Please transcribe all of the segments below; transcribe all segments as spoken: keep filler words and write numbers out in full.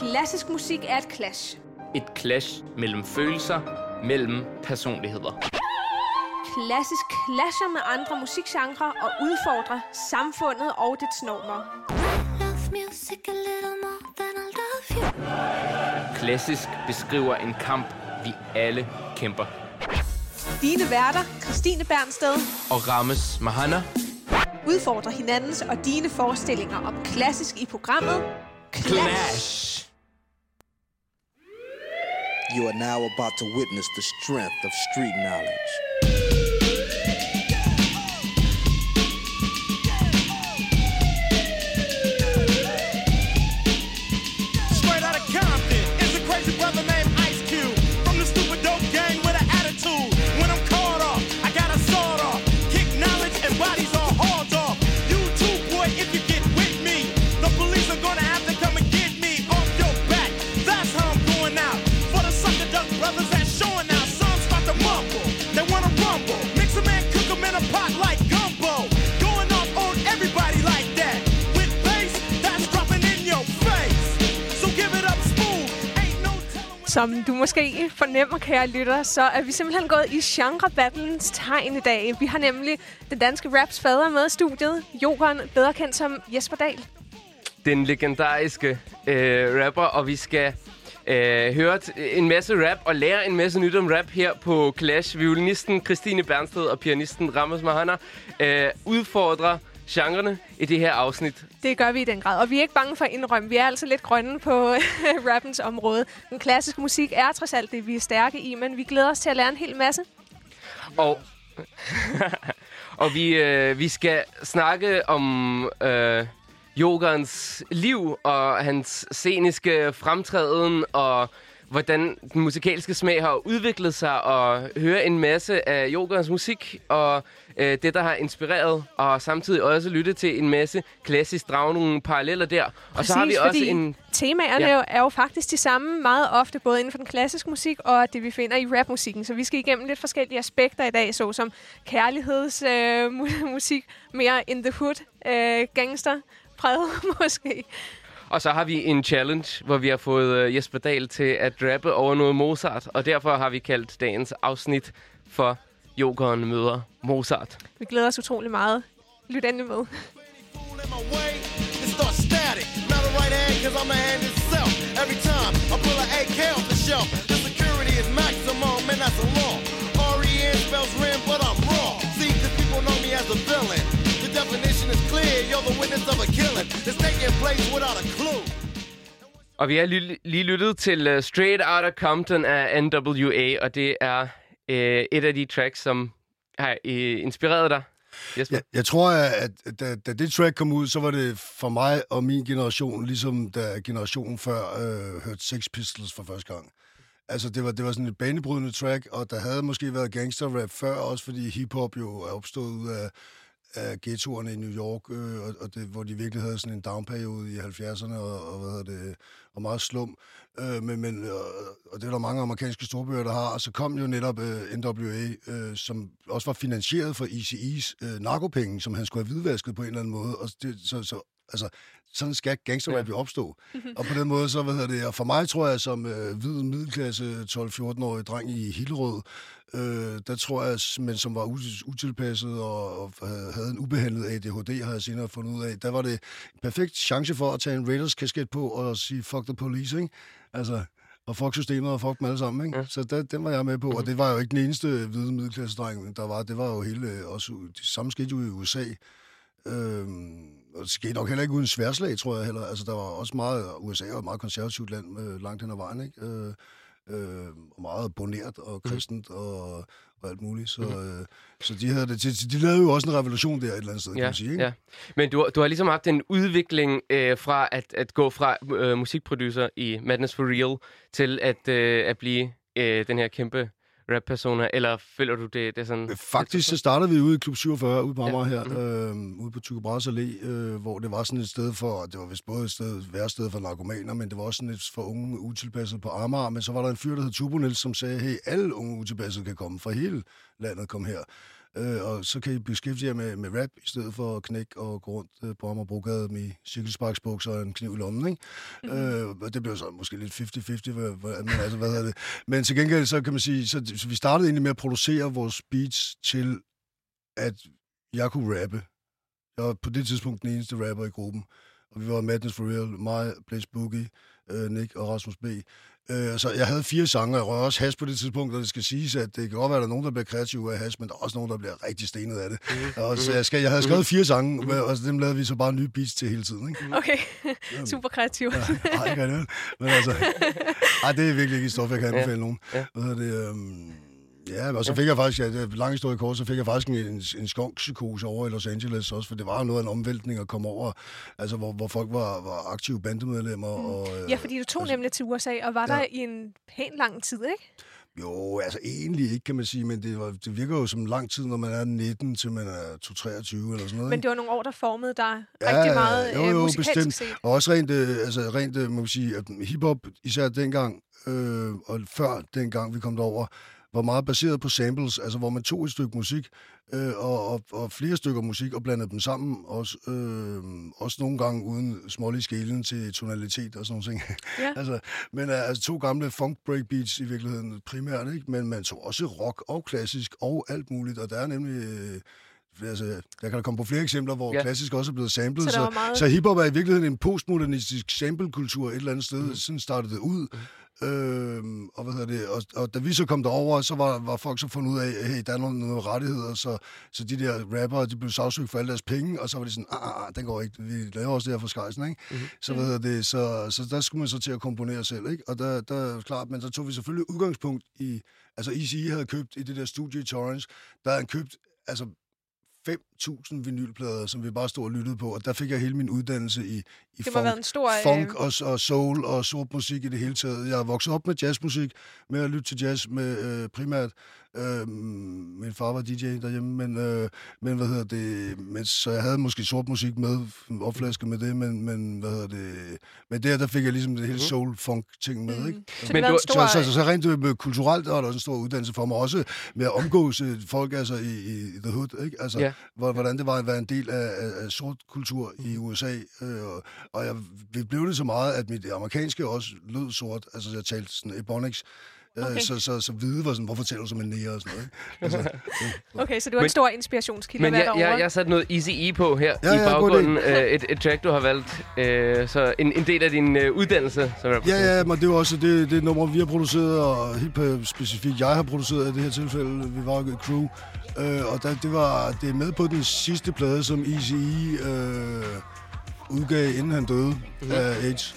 klassisk musik er et clash. Et clash mellem følelser, mellem personligheder. Klassisk clasher med andre musikgenrer og udfordrer samfundet og dets normer. Klassisk beskriver en kamp, vi alle kæmper. Dine værter, Christine Bernsted og Rames Mahana, udfordrer hinandens og dine forestillinger om klassisk i programmet Clash. Clash. You are now about to witness the strength of street knowledge. Straight out of Compton is a crazy brother named Ice Cube. From the stupid dope gang with an attitude. When I'm caught off, I got a sword off. Kick knowledge and bodies all hauled off. You too, boy, if you get with me. The police are gonna have to come and get me off your back. That's how I'm going out. For the sucker duck brothers that's showing out. Songs about to mumble, they wanna rumble. Mix them and cook them in a pot like gumbo. Going off on everybody like that. With bass, that's dropping in your face. So give it up, spoon. Ain't no telling. Som du måske fornemmer, kære lytter, så er vi simpelthen gået i genre-battlens tegn i dag. Vi har nemlig den danske raps fader med i studiet, Jokeren, bedre kendt som Jesper Dahl. Den legendariske øh, rapper, og vi skal øh, høre en masse rap og lære en masse nyt om rap her på Clash. Violinisten Christine Bernsted og pianisten Rames Mahana øh, udfordrer genrerne i det her afsnit. Det gør vi i den grad, og vi er ikke bange for at indrømme. Vi er altså lidt grønne på rappens område. Den klassiske musik er trods alt det, vi er stærke i, men vi glæder os til at lære en hel masse. Og, og vi, øh, vi skal snakke om øh, Jokerens liv og hans sceniske fremtræden og hvordan den musikalske smag har udviklet sig, og høre en masse af Jokerens musik og øh, det, der har inspireret, og samtidig også lytte til en masse klassisk, drage nogle paralleller der. Præcis, og så har vi også en temaerne ja. er jo faktisk de samme meget ofte, både inden for den klassiske musik og det, vi finder i rapmusikken. Så vi skal igennem lidt forskellige aspekter i dag, såsom kærlighedsmusik, øh, mere in the hood, øh, gangster, præget måske. Og så har vi en challenge, hvor vi har fået Jesper Dahl til at rappe over noget Mozart, og derfor har vi kaldt dagens afsnit for Jokeren møder Mozart. Vi glæder os utrolig meget. Lyt endelig med. Definition is clear, you're the witness of a killing that's taking place without a clue. Og vi har lige, lige lyttet til uh, Straight Outta Compton af N W A, og det er uh, et af de tracks, som har uh, inspireret dig, Jesper. Jeg, jeg tror, at da, da det track kom ud, så var det for mig og min generation, ligesom da generationen før uh, hørte Sex Pistols for første gang. Altså, det var, det var sådan et banebrydende track, og der havde måske været gangsterrap før, også fordi hiphop jo er opstået ud af af ghettoerne i New York, øh, og, og det, hvor de virkelig havde sådan en downperiode i halvfjerdserne, og, og, hvad hedder det, og meget slum. Øh, men, men, og, og det er der mange amerikanske storbyer, der har. Og så kom jo netop øh, N W A, øh, som også var finansieret for Eazy-E's øh, narkopenge, som han skulle have hvidvasket på en eller anden måde. Og det, så, så, altså, sådan skal gangsterrap jo opstå. Mm-hmm. Og på den måde, så, hvad hedder det, og for mig tror jeg, som øh, hvid middelklasse tolv-fjorten-årig dreng i Hillerød, øh, der tror jeg, men som var utilpasset og, og havde en ubehandlet A D H D, har jeg senere fundet ud af, der var det en perfekt chance for at tage en Raiders-kasket på og sige, fuck the police, ikke? Altså, og fuck systemet og fuck dem alle sammen, ikke? Ja. Så der, den var jeg med på, mm-hmm. og det var jo ikke den eneste hvide middelklasse-dreng, der var. Det var jo hele, også, det samme skete jo i U S A. Øhm, og det skete nok heller ikke uden sværslag, tror jeg heller. Altså, der var også meget, U S A var et meget konservativt land øh, langt hen ad vejen, ikke? Øh, øh, og meget bonert og kristent mm. og, og alt muligt. Så, mm. øh, så de, havde det, de, de lavede jo også en revolution der et eller andet sted, ja, kan man sige, ikke? Ja. Men du, du har ligesom haft en udvikling øh, fra at, at gå fra øh, musikproducer i Madness for Real til at, øh, at blive øh, den her kæmpe rap-personer, eller føler du det, det er sådan... Faktisk så startede vi ude i Klub syvogfyrre, ude på Amager her, mm-hmm. øh, ude på Tycho Brahes Allé, øh, hvor det var sådan et sted for, det var vist både et sted, værsted for narkomaner, men det var også sådan et for unge utilpassede på Amager, men så var der en fyr, der hed Turbo Niels, som sagde, hey, alle unge utilpassede kan komme fra hele landet, kom her. øh, og så kan I beskæftige jer med, med rap, i stedet for at knække og gå rundt øh, på Amagerbrogade med cirkelsparksbukser og en kniv i lommen, ikke? Mm-hmm. Øh, det blev så måske lidt halvtreds halvtreds, men altså, hvad hedder det? Men til gengæld, så kan man sige, så, så vi startede egentlig med at producere vores beats til, at jeg kunne rappe. Jeg var på det tidspunkt den eneste rapper i gruppen. Og vi var Madness for Real, mig, Blaze Boogie, øh, Nick og Rasmus B. Øh, så jeg havde fire sange, og jeg røg også hash på det tidspunkt, og det skal siges, at det kan godt være, at der er nogen, der bliver kreative af hash, men der er også nogen, der bliver rigtig stenet af det. Mm-hmm. Og så jeg, skal, jeg havde skrevet fire sange, mm-hmm. og dem lavede vi så bare nye beats til hele tiden. Ikke? Okay, super kreativ. Ja, ej, ikke det. Men altså, ej, det er virkelig ikke et stof, jeg kan anbefale ja. nogen. Ja. Hvad hedder det? Øhm, Ja, og så fik jeg faktisk, ja, lang historie kort, så fik jeg faktisk en, en skonkpsykose over i Los Angeles også, for det var jo noget af en omvæltning at komme over, altså hvor, hvor folk var, var aktive bandemedlemmer. Mm. Og, ja, fordi du tog altså, nemlig til U S A og var ja. der i en pæn lang tid, ikke? Jo, altså egentlig ikke, kan man sige, men det, var, det virker jo som lang tid, når man er nitten til man er to treogtyve eller sådan noget. Men det var nogle år, der formede dig ja, rigtig meget jo, jo, øh, musikalsk bestemt. Set. Og også rent, altså rent, man kan sige, at hiphop, især dengang, øh, og før dengang vi kom derover, var meget baseret på samples, altså hvor man tog et stykke musik øh, og, og, og flere stykker musik og blandede dem sammen, også, øh, også nogle gange uden smålig skelen til tonalitet og sådan noget ting. Ja. altså, men altså to gamle funk breakbeats i virkeligheden primært, ikke? Men man tog også rock og klassisk og alt muligt, og der er nemlig... Øh, Altså, der kan der komme på flere eksempler, hvor ja. klassisk også er blevet samlet. Så, meget... så hiphop er i virkeligheden en postmodernistisk samplekultur et eller andet sted. Mm. Sådan startede det ud. Mm. Øhm, og, hvad hedder det? Og, og da vi så kom derover, så var, var folk så fundet ud af, at hey, der er nogle, nogle rettigheder, så, så de der rappere, de blev sagsøgt for alle deres penge, og så var de sådan, ah, ah, den går ikke, vi laver også det her for skejsen, ikke? Mm-hmm. Så, hvad hedder det? Så, så der skulle man så til at komponere selv, ikke? Og der, der klart, men så tog vi selvfølgelig udgangspunkt i, altså E C E havde købt i det der studie i Torrance, der havde købt, altså fem tusind vinylplader, som vi bare stod og lyttede på, og der fik jeg hele min uddannelse i, i funk, en stor, funk øh... og, og soul og sort musik i det hele taget. Jeg er vokset op med jazzmusik, med at lytte til jazz med øh, primært. Øh, min far var D J derhjemme, men, øh, men hvad hedder det, men, så jeg havde måske sort musik med, opflasket med det, men, men hvad hedder det, men der, der fik jeg ligesom det hele soul-funk-ting med, ikke? Så, men du, stor... så, så, så rent med kulturelt er der også en stor uddannelse for mig, også med at omgås folk altså i, i The Hood, ikke? Altså, yeah. hvordan det var at være en del af, af, af sort kultur i U S A, øh, og, og jeg blev det så meget, at mit amerikanske også lød sort, altså jeg talte sådan ebonics. Okay. Så, så, så hvide var sådan, hvorfor taler du som en nære og sådan noget, ikke? Altså, okay, så det var en stor inspirationskilde men at være jeg, derovre. jeg, jeg satte noget Eazy-E på her ja, i ja, baggrunden. Uh, et, et track, du har valgt. Uh, så en, en del af din uh, uddannelse. Som ja, ja, men det var også det, det nummer, vi har produceret, og helt specifikt, jeg har produceret i det her tilfælde. Vi var et crew. Uh, og der, det var det er med på den sidste plade, som Eazy-E uh, udgav, inden han døde mm-hmm. af AIDS.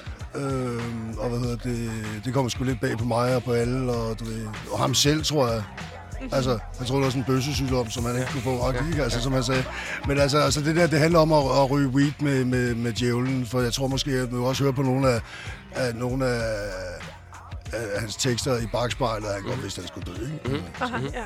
Øh, og hvad hedder det, det kommer sgu lidt bag på mig og på alle, og, du ved, og ham selv, tror jeg. Altså, jeg tror, det var sådan en bøssesygdom, som man ikke kunne få, okay, ikke? Altså, som han sagde. Men altså, altså, det der, det handler om at, at ryge weed med, med, med djævlen, for jeg tror måske, at man også høre på nogle af, af, nogle af, af hans tekster i bakspejlet, og han godt vidste, at han skulle dø, ikke? Mm-hmm. Aha, ja.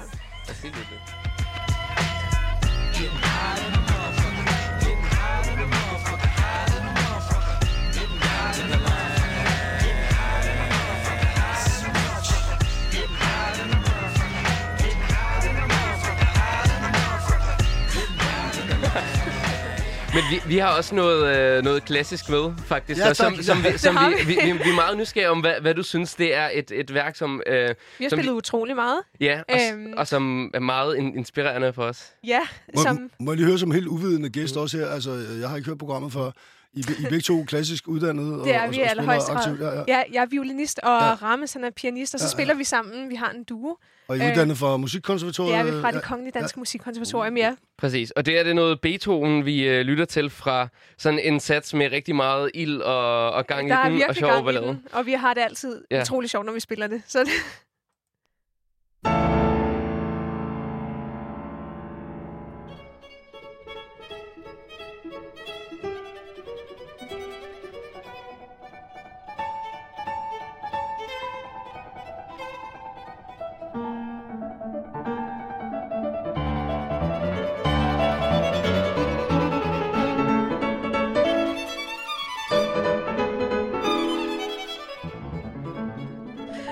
Men vi, vi har også noget, øh, noget klassisk med, faktisk, ja, og som, som, vi, som vi, vi, vi, vi er meget nysgerrige om, hvad, hvad du synes, det er et, et værk, som... Øh, vi har som spillet vi, utrolig meget. Ja, og, øhm. og som er meget in, inspirerende for os. Ja, må, som... Må jeg lige høre som helt uvidende gæst også her? Altså, jeg har ikke hørt programmet før. I, I begge to klassisk uddannede? Det er og, vi i allerhøjeste grad. Ja, ja. ja, jeg er violinist, og ja. Rammes, han er pianist, og så ja, ja. spiller vi sammen. Vi har en duo. Og I er uddannet fra Musikkonservatoriet? Det er vi fra det Kongelige Danske ja. Musikkonservatorium, ja. Præcis, og det er det noget Beethoven, vi øh, lytter til fra sådan en sats med rigtig meget ild og, og gang der i den, og sjov ballade. Og vi har det altid ja. utrolig sjovt, når vi spiller det. Så det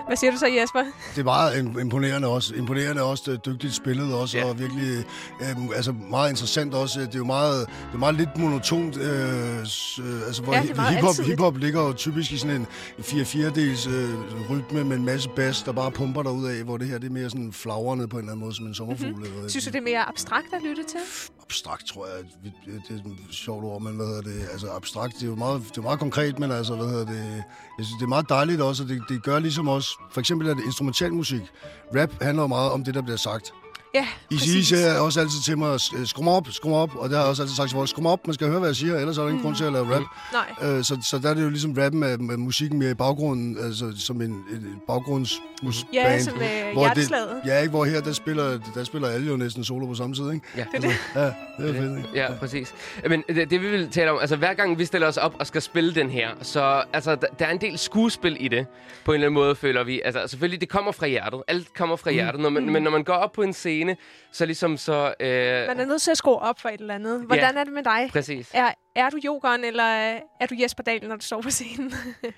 Hvad siger du så, Jesper? Det er meget imponerende også. Imponerende også, dygtigt spillet også, yeah. og virkelig øh, altså meget interessant også. Det er jo meget, det er meget lidt monotont, øh, altså hvor ja, hiphop, hiphop ligger jo typisk i sådan en fire fjerdedels øh, rytme med en masse bass, der bare pumper derud af, hvor det her det er mere sådan flagrende på en eller anden måde, som en sommerfugl. Mm-hmm. Synes du, det er mere abstrakt at lytte til? Abstrakt, tror jeg, det er et sjovt ord, men hvad hedder det? Altså abstrakt, det er jo meget, det er meget konkret, men altså, hvad hedder det? Jeg synes, det er meget dejligt også, og det, det gør ligesom også, for eksempel er det instrumental musik. Rap handler jo meget om det, der bliver sagt. Ja, I siger også altid til mig, skrum op, skrum op, og det har jeg også altid sagt til folk, skrum op, man skal høre, hvad jeg siger, ellers er der ingen mm. grund til at lave rap. Nej. Øh, så, så der er det jo ligesom rappen med, med musikken mere i baggrunden, altså som en, en baggrundsband. Ja, som med hjerteslaget. Ja, ikke, hvor her, der spiller, der spiller alle jo næsten solo på samme tid, ikke? Ja, det er det. Ja, det er fedt, ikke? Ja, præcis. Men det, det vi vil tale om, altså hver gang vi stiller os op og skal spille den her, så altså, der, der er en del skuespil i det, på en eller anden måde, føler vi. Altså selvfølgelig, det kommer fra hjertet. Alt kommer fra hjertet, når man, mm. men når man går op på en scene, så ligesom så... Øh... Man er nødt til at skrue op for et eller andet. Hvordan ja, er det med dig? Præcis. Er, er du Jokeren, eller er du Jesper Dahl, når du står på scenen?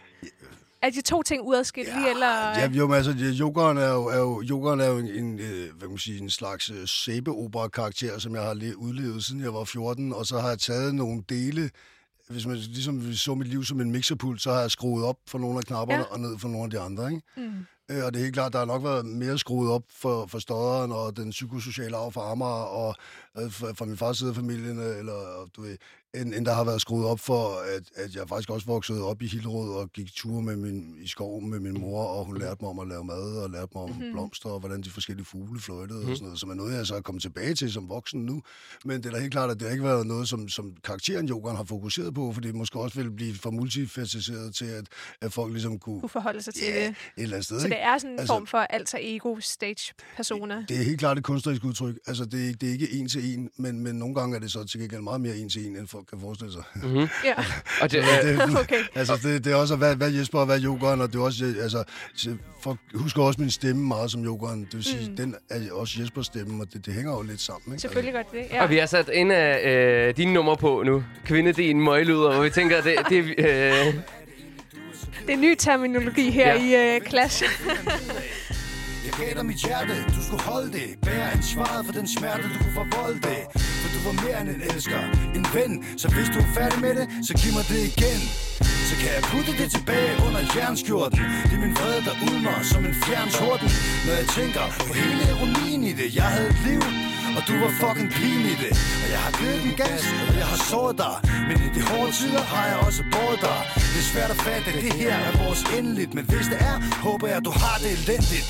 Er de to ting udadskillige, ja, eller...? Ja, jo, men altså, Jokeren er jo, er jo, Jokeren er jo en, en, hvad kan man sige, en slags uh, sæbeopera-karakter, som jeg har udlevet, siden jeg var fjorten, og så har jeg taget nogle dele... Hvis man ligesom så mit liv som en mixerpult, så har jeg skruet op for nogle af knapperne ja. og ned for nogle af de andre, ikke? Mm. Øh, og det er helt klart, der har nok været mere skruet op for, for Stodderen og den psykosociale arv fra Amager og øh, fra, fra min fars side af familien, eller du ved, end, end der har været skruet op for, at, at jeg faktisk også voksede op i Hillerød og gik ture med min, i skoven med min mor, og hun lærte mig om at lave mad og lærte mig om mm-hmm. blomster og hvordan de forskellige fugle fløjtede mm-hmm. og sådan noget, som er noget, jeg så er kommet tilbage til som voksen nu. Men det er da helt klart, at det har ikke været noget, som, som karakteren Jokeren har fokuseret på, fordi det måske også ville blive for multifacetteret til, at, at folk ligesom kunne... kunne forholde sig til ja, det. Et eller andet sted, så ikke? det er sådan en altså, form for alter ego stage persona. Det er helt klart et kunstnerisk udtryk. Altså, det er, det er ikke en til en, men, men nogle gange er det så til gengæld meget mere en til en, end folk kan forestille sig. Mm-hmm. Ja. Og det, det, okay. Altså, det, det er også, hvad, hvad Jesper og hvad Jokeren, og det er også, altså, folk husker også min stemme meget som Jokeren. Det vil sige, mm. den er også Jespers stemme, og det, det hænger jo lidt sammen, ikke? Selvfølgelig altså. Godt det, ja. Og vi har sat en af øh, dine numre på nu. Kvindedin møglyder, hvor vi tænker, at det, det øh... det er ny terminologi her ja. i øh, Clash. Jeg gav dig mit hjerte, du skulle holde det. Bære ansvaret for den smerte, du kunne forvolde det. For du var mere end en elsker, en ven. Så hvis du er færdig med det, så giv mig det igen. Så kan jeg putte det tilbage under jernskjorten. Det er min vrede, der ulmer som en fjernsorden. Når jeg tænker på hele ironien i det. Jeg havde et liv, og du var fucking pin i det. Og jeg har givet den gas, og jeg har såret dig. Men i de hårde tider har jeg også båret dig. Det er svært at fatte, det her er vores endeligt. Men hvis det er, håber jeg, at du har det elendigt.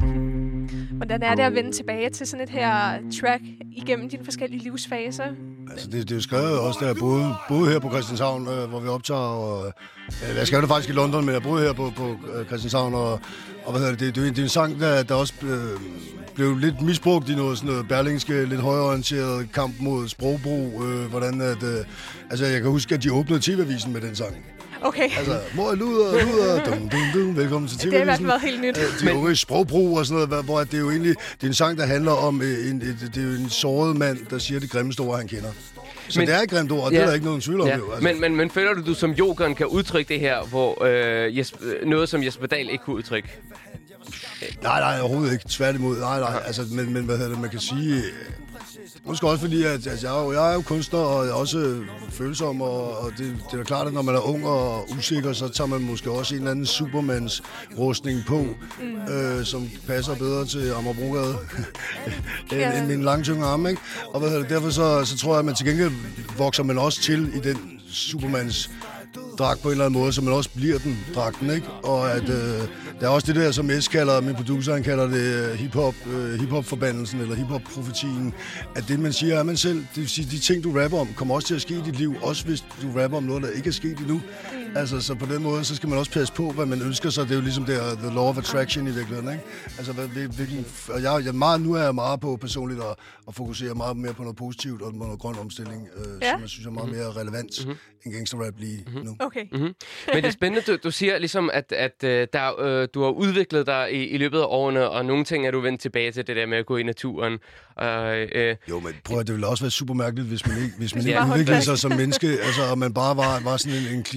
Hvordan er det at vende tilbage til sådan et her track igennem dine forskellige livsfaser? Altså, det, det er jo skrevet også, da jeg boede, boede her på Christianshavn, øh, hvor vi optager. Og, øh, jeg skrev det faktisk i London, men jeg boede her på, på øh, Christianshavn. Og, og hvad hedder det, det, det, det er en sang, der, der også øh, blev lidt misbrugt i noget, sådan noget berlingske, lidt højreorienteret kamp mod sprogbrug. Øh, hvordan at, øh, altså, jeg kan huske, at de åbnede T V-avisen med den sang. Okay. Altså, mor luder, luder, dum, dum, dum, velkommen til T V-avisen. Det har i hvert fald været helt nyt. De unge sprogbrug og sådan noget, hvor det er jo egentlig, det er en sang, der handler om, en, en, det er jo en såret mand, der siger det grimmeste ord, han kender. Så men, det er et grimt ord, og ja, det er der ikke nogen tvivl om. Ja. Jo, altså. men, men, men føler du, du som Jokeren kan udtrykke det her, hvor øh, Jesper, noget, som Jesper Dahl ikke kunne udtrykke? Nej, nej, overhovedet ikke. Tværtimod. Nej, nej. Altså, men, men hvad hedder det, man kan sige... Måske også fordi, at altså, jeg, er jo, jeg er jo kunstner, og jeg er også følsom, og, og det, det er klart, at når man er ung og usikker, så tager man måske også en eller anden Supermans rustning på, mm. øh, som passer bedre til Amagerbrogade end, yeah. end min langtynge arm, ikke? Og hvad hedder det, derfor så, så tror jeg, at man til gengæld vokser man også til i den Supermans dragt på en eller anden måde, så man også bliver den dragten, ikke? Og at øh, der er også det der, som S kalder, min producer, han kalder det hip-hop, øh, hip-hop-forbandelsen, eller hip-hop-profetien, at det, man siger, er man selv. Det vil sige, de ting, du rapper om, kommer også til at ske i dit liv, også hvis du rapper om noget, der ikke er sket endnu. Mm. Altså, så på den måde, så skal man også passe på, hvad man ønsker sig. Det er jo ligesom der, the law of attraction i virkeligheden, ikke? Altså, hvilken, og jeg, jeg meget, nu er jeg meget på personligt at, at fokusere meget mere på noget positivt og på noget grøn omstilling, øh, ja. som jeg synes er meget mere relevant mm-hmm. end gangsterrap lige mm-hmm. nu. Okay. Mm-hmm. Men det er spændende, du, du siger ligesom, at, at der, øh, du har udviklet dig i, i løbet af årene, og nogle ting er du vendt tilbage til det der med at gå i naturen. Og, øh, jo, men prøv at det ville også være super mærkeligt, hvis man ikke, hvis man ikke udviklede sig som menneske, altså, og man bare var, var sådan en, en kliché af,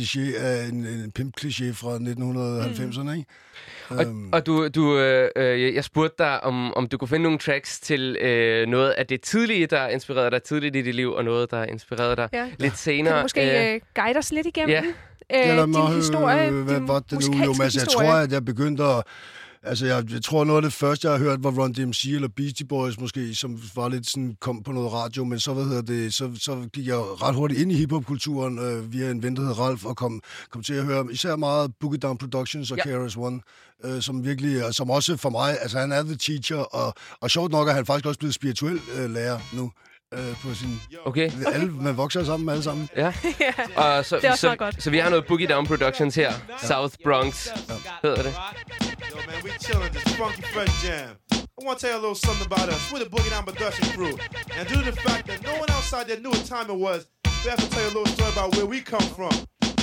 af en, en pimp-kliché fra nitten halvfemserne, ikke? Og, um. og du, du, øh, øh, jeg spurgte dig, om, om du kunne finde nogle tracks til øh, noget af det tidlige, der inspirerede dig tidligt i dit liv, og noget, der inspirerede dig ja. lidt senere. Kan du måske øh, guide os lidt igennem ja. øh, ja, din historie, hvad din var det nu? Jo, men, altså, jeg tror, at jeg begyndte at... Altså, jeg, jeg tror, noget af det første, jeg har hørt, var Run D M C eller Beastie Boys måske, som var lidt sådan, kom på noget radio, men så, hvad hedder det, så, så gik jeg ret hurtigt ind i hiphop-kulturen øh, via en ven, der hedder Ralf, og kom, kom til at høre især meget Boogie Down Productions og ja. K R S One, øh, som virkelig, som også for mig, altså han er the teacher, og, og sjovt nok er han faktisk også blevet spirituel øh, lærer nu. Øh, på sin... Okay. Alle, man vokser sammen alle sammen. Ja. Og så, det er også så, meget godt. Så vi har noget Boogie Down Productions her. Ja. South Bronx ja. hedder det. Yo, man, we chillin' this funky fresh jam. I want to tell you a little something about us. We're the Boogie Down Production crew. And due to the fact that no one outside there knew what time it was, we have to tell you a little story about where we come from.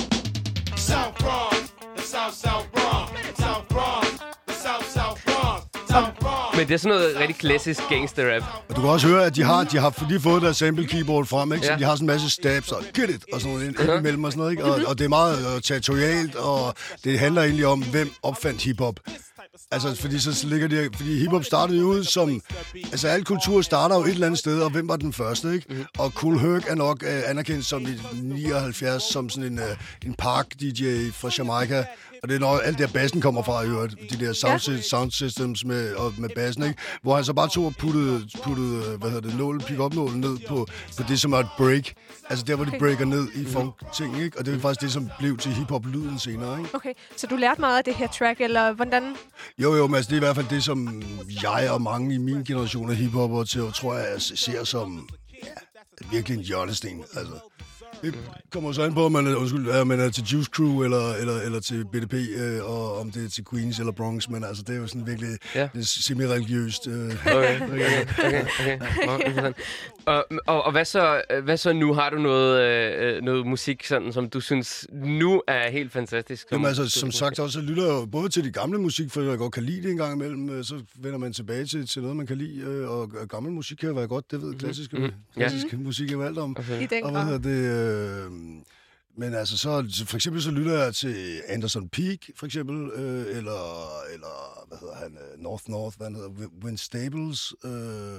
South Bronx, the South South Bronx, South Bronx, the South South Bronx, South Bronx. Men det er sådan noget rigtig klassisk gangster-rap. Og du kan også høre, at de har, de har lige fået deres sample keyboard frem, ikke? Så ja. de har sådan en masse stabs og get it og sådan noget uh-huh. imellem og sådan noget, ikke? Og, og det er meget uh, territorialt, og det handler egentlig om, hvem opfandt hiphop. Altså, fordi så ligger de, fordi hiphop startede ud som, altså al kultur starter jo et eller andet sted, og hvem var den første, ikke? Mm-hmm. Og Kool Herc er nok uh, anerkendt som i nioghalvfjerds som sådan en, uh, en park-D J fra Jamaica. Og det er når alt der bassen kommer fra, i øvrigt. De der sound, ja. sound systems med, og med bassen, ikke? Hvor han så bare tog og puttede, puttede hvad hedder det, nålen, pick-up-nålen ned på, på det, som er et break. Altså der, hvor de breaker ned i funk-ting, ikke? Og det er faktisk det, som blev til hiphop-lyden senere, ikke? Okay, så du lærte meget af det her track, eller hvordan? Jo, jo, men altså, det er i hvert fald det, som jeg og mange i min generation af hiphopper til, tror jeg, ser som ja, virkelig en hjørnesten, altså. Det kommer så an på, om man er, undskyld, er, man er til Juice Crew eller, eller, eller til B D P, øh, og om det er til Queens eller Bronx, men altså, det er jo sådan virkelig ja. semi-religiøst. Øh. Okay, okay, okay. okay. Ja, og, og, og hvad, så, hvad så nu? Har du noget, øh, noget musik, sådan, som du synes nu er helt fantastisk? Som, Jamen altså, som sagt også, så lytter jeg jo både til de gamle musik, for jeg godt kan lide det en gang imellem, så vender man tilbage til, til noget, man kan lide, øh, og gammel musik kan være godt, det ved klassiske, mm-hmm. klassiske ja. musik er jo alt om. Okay. I den og hvad hedder det... Øh, men altså, så, for eksempel så lytter jeg til Anderson Peak, for eksempel, øh, eller, eller, hvad hedder han, North North, hvad han hedder, Vince Staples, øh,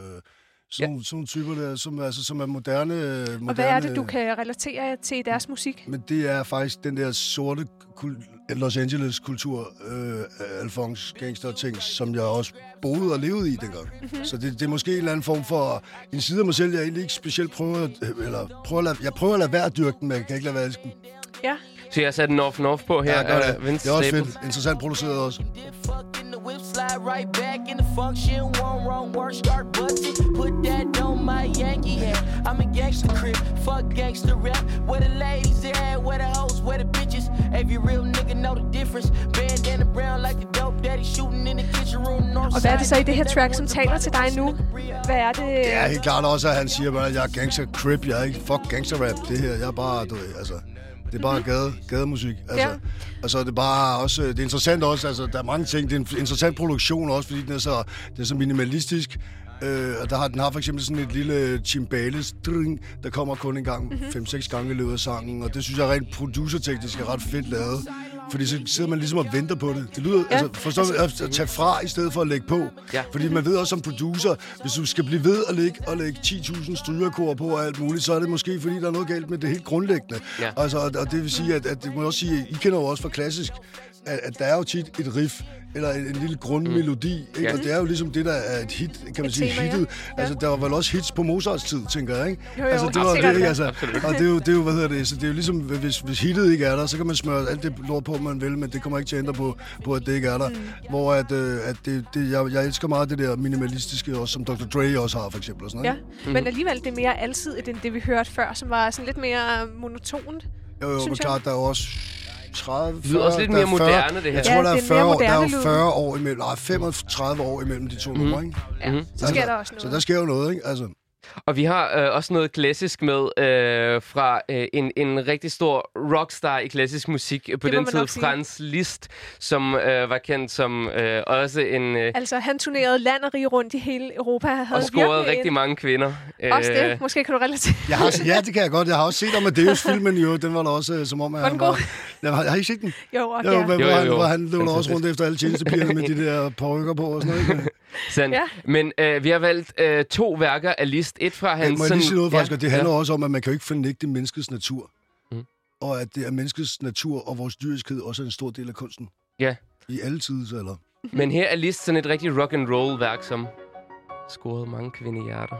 sådan, ja. sådan typer der, som, altså, som er moderne, moderne... Og hvad er det, du kan relatere til i deres musik? Men det er faktisk den der sorte kul- Los Angeles-kultur, øh, Alphonse gangster-ting, som jeg også boede og levede i dengang. Mm-hmm. Så det, det er måske en eller anden form for en side af mig selv, jeg egentlig ikke specielt prøver, eller prøver at lade, jeg prøver at lade være at dyrke den, men jeg kan ikke lade være at elske den. Ja. Så jeg har sat North North på her. Ja, det. Uh, Vince det er også Staples. fedt. Interessant produceret også. Whip slide right back in the function. One wrong word, start busting. Put that on my Yankee hat. I'm a gangster crib, fuck gangster rap. Where the ladies at, where the hoes, where the bitches. Every real nigga know the difference. Bandana brown like the dope daddy shooting in the kitchen room. Og hvad er det så i det her track, som taler til dig nu? Hvad er det? Det er helt klart også, at han siger bare, at jeg er gangster crib. Jeg er ikke fuck gangster rap. Det her, jeg er bare, du ved, altså... Det er bare gade, gademusik. Altså, ja. Og så er det bare også... Det er interessant også, altså, der er mange ting. Det er en interessant produktion også, fordi den er så, det er så minimalistisk. Øh, og der har, den har for eksempel sådan et lille chimbales-dring, der kommer kun en gang, mm-hmm. fem-seks gange i løbet af sangen. Og det synes jeg er rent producerteknisk er ret fedt lavet. Fordi så sidder man ligesom og venter på det. Det lyder, ja. altså, forstår du, at, at tage fra i stedet for at lægge på. Ja. Fordi man ved også som producer, hvis du skal blive ved at lægge, og lægge ti tusind strygerkor på og alt muligt, så er det måske, fordi der er noget galt med det helt grundlæggende. Ja. Altså, og, og det vil sige, at, at det må også sige, I kender jo også fra klassisk, at, at der er jo tit et riff, eller en, en lille grundmelodi, mm. ikke? Ja. Og det er jo ligesom det, der er et hit, kan man et sige, tema, hittet. Ja. Altså, der var vel også hits på Mozarts tid, tænker jeg, ikke? Jo, jo, altså, det var det, ikke? Altså, og det er, jo, det er jo, hvad hedder det, så det er jo ligesom, hvis, hvis hittet ikke er der, så kan man smøre alt det lort på, man vil, men det kommer ikke til at ændre på, på at det ikke er der. Mm. Hvor at, øh, at det, det, jeg, jeg elsker meget det der minimalistiske, også, som doktor Dre også har, for eksempel. Og sådan, ja, mm. men alligevel det er mere alsidigt, end det vi hørte før, som var sådan lidt mere monotont. Jo, jo, men klart, der er også... tredive, det lyder også lidt mere fyrre, moderne, det her. Jeg tror, ja, der, er fyrre, der er jo fyrre år imellem, nej, femogtredive år imellem de to mm. numre, ikke? Ja, mm-hmm. så sker der også noget. Så der sker jo noget, ikke? Altså. Og vi har øh, også noget klassisk med øh, fra øh, en, en rigtig stor rockstar i klassisk musik på den tid, Franz Liszt, som øh, var kendt som øh, også en... Øh, altså, han turnerede land og rige rundt i hele Europa. Havde og scorede rigtig en... mange kvinder. Også det? Måske kan du relatere. Jeg har, ja, det kan jeg godt. Jeg har også set Amadeus-filmen, jo. Den var der også øh, som om, at han var... Jeg har, har I set den? Jo, okay. Jo, hvor, jo, jo, han, jo. hvor han løb også rundt efter alle tjenestepigerne med de der perukker på og sådan noget. Sandt. Ja. Men øh, vi har valgt øh, to værker af Liszt. Et fra hans... Ja, må jeg lige sige noget, faktisk, ja, og det handler ja. også om, at man kan jo ikke fornægte menneskets natur. Mm. Og at det er menneskets natur og vores dyriskhed også er en stor del af kunsten. Ja. I alle tider, eller? Men her er Liszt sådan et rigtig rock and roll værk, som scorede mange kvindehjerter.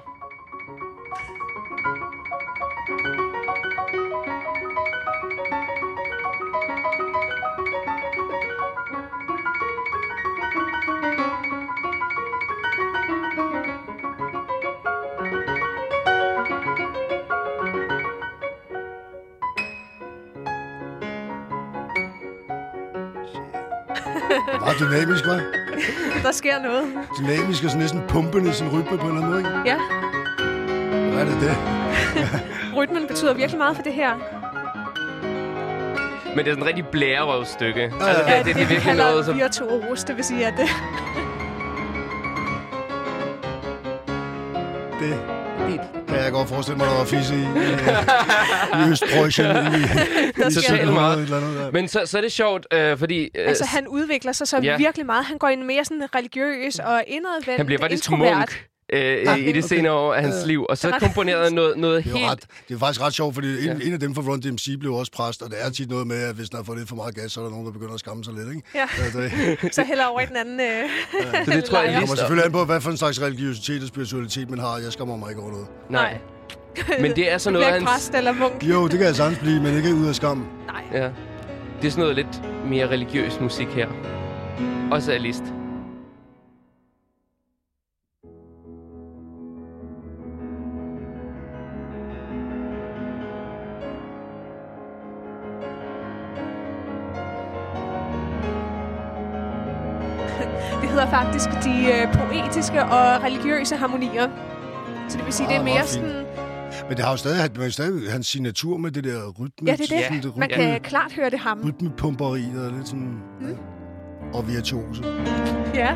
Meget dynamisk, hva'? Der sker noget. Dynamisk og sådan næsten pumpende sin rytme på en eller anden måde, ikke? Ja. Hvad er det det? Rytmen betyder virkelig meget for det her. Men det er sådan en rigtig blærerøvstykke. Ja, altså, Ja, det, det, det, er vi virkelig noget, kalder som... virtuos, det vil sige, at det... Det kan jeg godt forestille mig, der var fisse i. I Østpreussen. I Totalt meget. Et eller andet der. Men så, så er det sjovt, øh, fordi... Øh, Altså, han udvikler sig så ja. virkelig meget. Han går ind mere sådan religiøs og indadvendt, han bliver faktisk introvert. munk øh, Ah, i de okay. senere år af hans Ja. liv. Og så ret- komponerede han noget, noget Det er, jo helt... ret, det er faktisk ret sjovt, fordi en, Ja. en af dem fra Run D M C blev også præst, og det er tit noget med, at hvis der har fået lidt for meget gas, så er der nogen, der begynder at skamme sig lidt, ikke? Ja. Ja, det, Så heller over i den anden... Øh, Så det tror jeg det kommer Liszt... selvfølgelig an på, hvad for en slags religiøsitet og spiritualitet man har. Jeg skammer mig ikke over noget. Nej. Men det er sådan Du noget, bliver hans... ikke præst eller munk. Jo, det kan jeg sagtens blive, men ikke ud af skam. Nej. Ja. Det er sådan noget lidt mere religiøs musik her. Også af Liszt. Det hedder faktisk de øh, poetiske og religiøse harmonier. Så det vil sige, Ah, det er mere meget fint. sådan... Men det har jo stadig, han har stadig hans signatur med det der rytme. Ja, det er det. sådan Man rytme, kan klart høre det ham. rytmepumperi, der er lidt sådan... Mm. Ja. Og virtuose. Ja.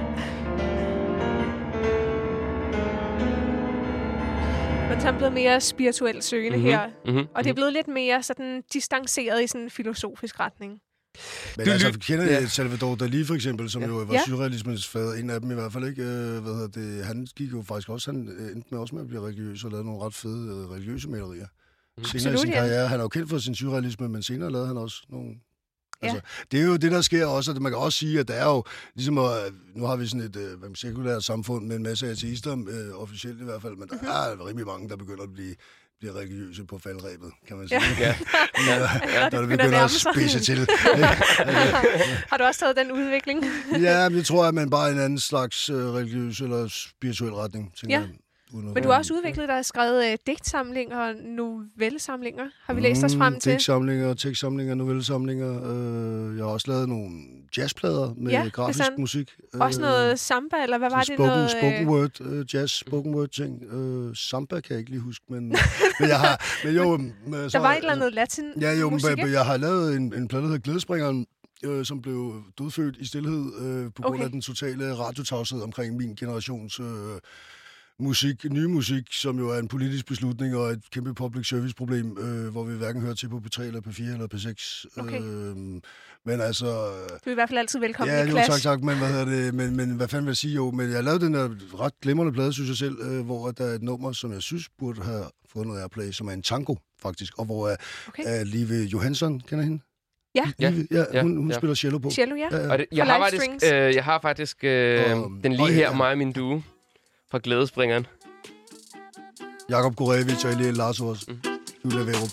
Men han er blevet mere spirituelt søgende Mhm, her. mhm, Og det er blevet lidt mere sådan distanceret i sådan en filosofisk retning. Men Du altså, lyt- kender ja. ja. Salvador Dalí for eksempel, som Ja. ja. jo var Ja. surrealismens fader, en af dem i hvert fald, ikke? Øh, hvad hedder det? Han gik jo faktisk også, han øh, endte med også med at blive religiøs og lavede nogle ret fede øh, religiøse malerier. Mm. Senere Absolut, i sin ja. karriere. Han er jo kendt for sin surrealisme, men senere lavede han også nogle... Ja. Altså, det er jo det, der sker også, at man kan også sige, at der er jo, ligesom, at, nu har vi sådan et øh, sekulært samfund med en masse ateister, øh, officielt i hvert fald, men der Mhm. mm-hmm. er rimelig mange, der begynder at blive, blive religiøse på faldrebet, kan man sige. Ja. Ja. Ja. Ja, Når det begynder at spidse til. Har du også taget den udvikling? Ja, men jeg tror, at man bare er en anden slags øh, religiøs eller spirituel retning, tænker Ja. jeg. Uden at Men du har være- også udviklet dig og skrevet øh, digtsamlinger og novellesamlinger. Har vi læst os frem til? Digtsamlinger, tekstsamlinger, novellesamlinger. Øh, jeg har også lavet nogle jazzplader med Ja, det er grafisk sandt. musik. Også noget samba, eller hvad var det? spoken, noget, spoken word, øh, jazz, spoken word ting. Øh, samba kan jeg ikke lige huske, men, men jeg har... Men jo, øh, så, Der var et eller andet latin Ja, jo, musik, men ikke? jeg har lavet en, en plade, der hedder Glædespringeren, øh, som blev dødfødt i stillhed øh, på grund Okay. af den totale radiotavshed omkring min generations øh, musik, ny musik, som jo er en politisk beslutning og et kæmpe public service problem, øh, hvor vi hverken hører til på P tre eller P fire eller P seks. Okay. Øh, men altså... Du er i hvert fald altid velkommen Ja, i jo, Clash. tak, tak, men hvad hedder det, men, men hvad fanden vil jeg sige, jo, men jeg lavede den der ret glimrende plade, synes jeg selv, øh, hvor der er et nummer, som jeg synes burde have fået noget airplay, som er en tango, faktisk, og hvor er Okay. uh, Live Johansson, kender I hende? Ja. Live, ja, Ja, hun, hun ja. spiller cello på. Cello, ja. Ja, ja. Og det, For jeg, har live faktisk, strings. øh, jeg har faktisk øh, Og- den lige og- her, ja. mig og min due, fra Glædespringeren. Jakob Gorevic og Elie Larso også. Mm. Julia Værup.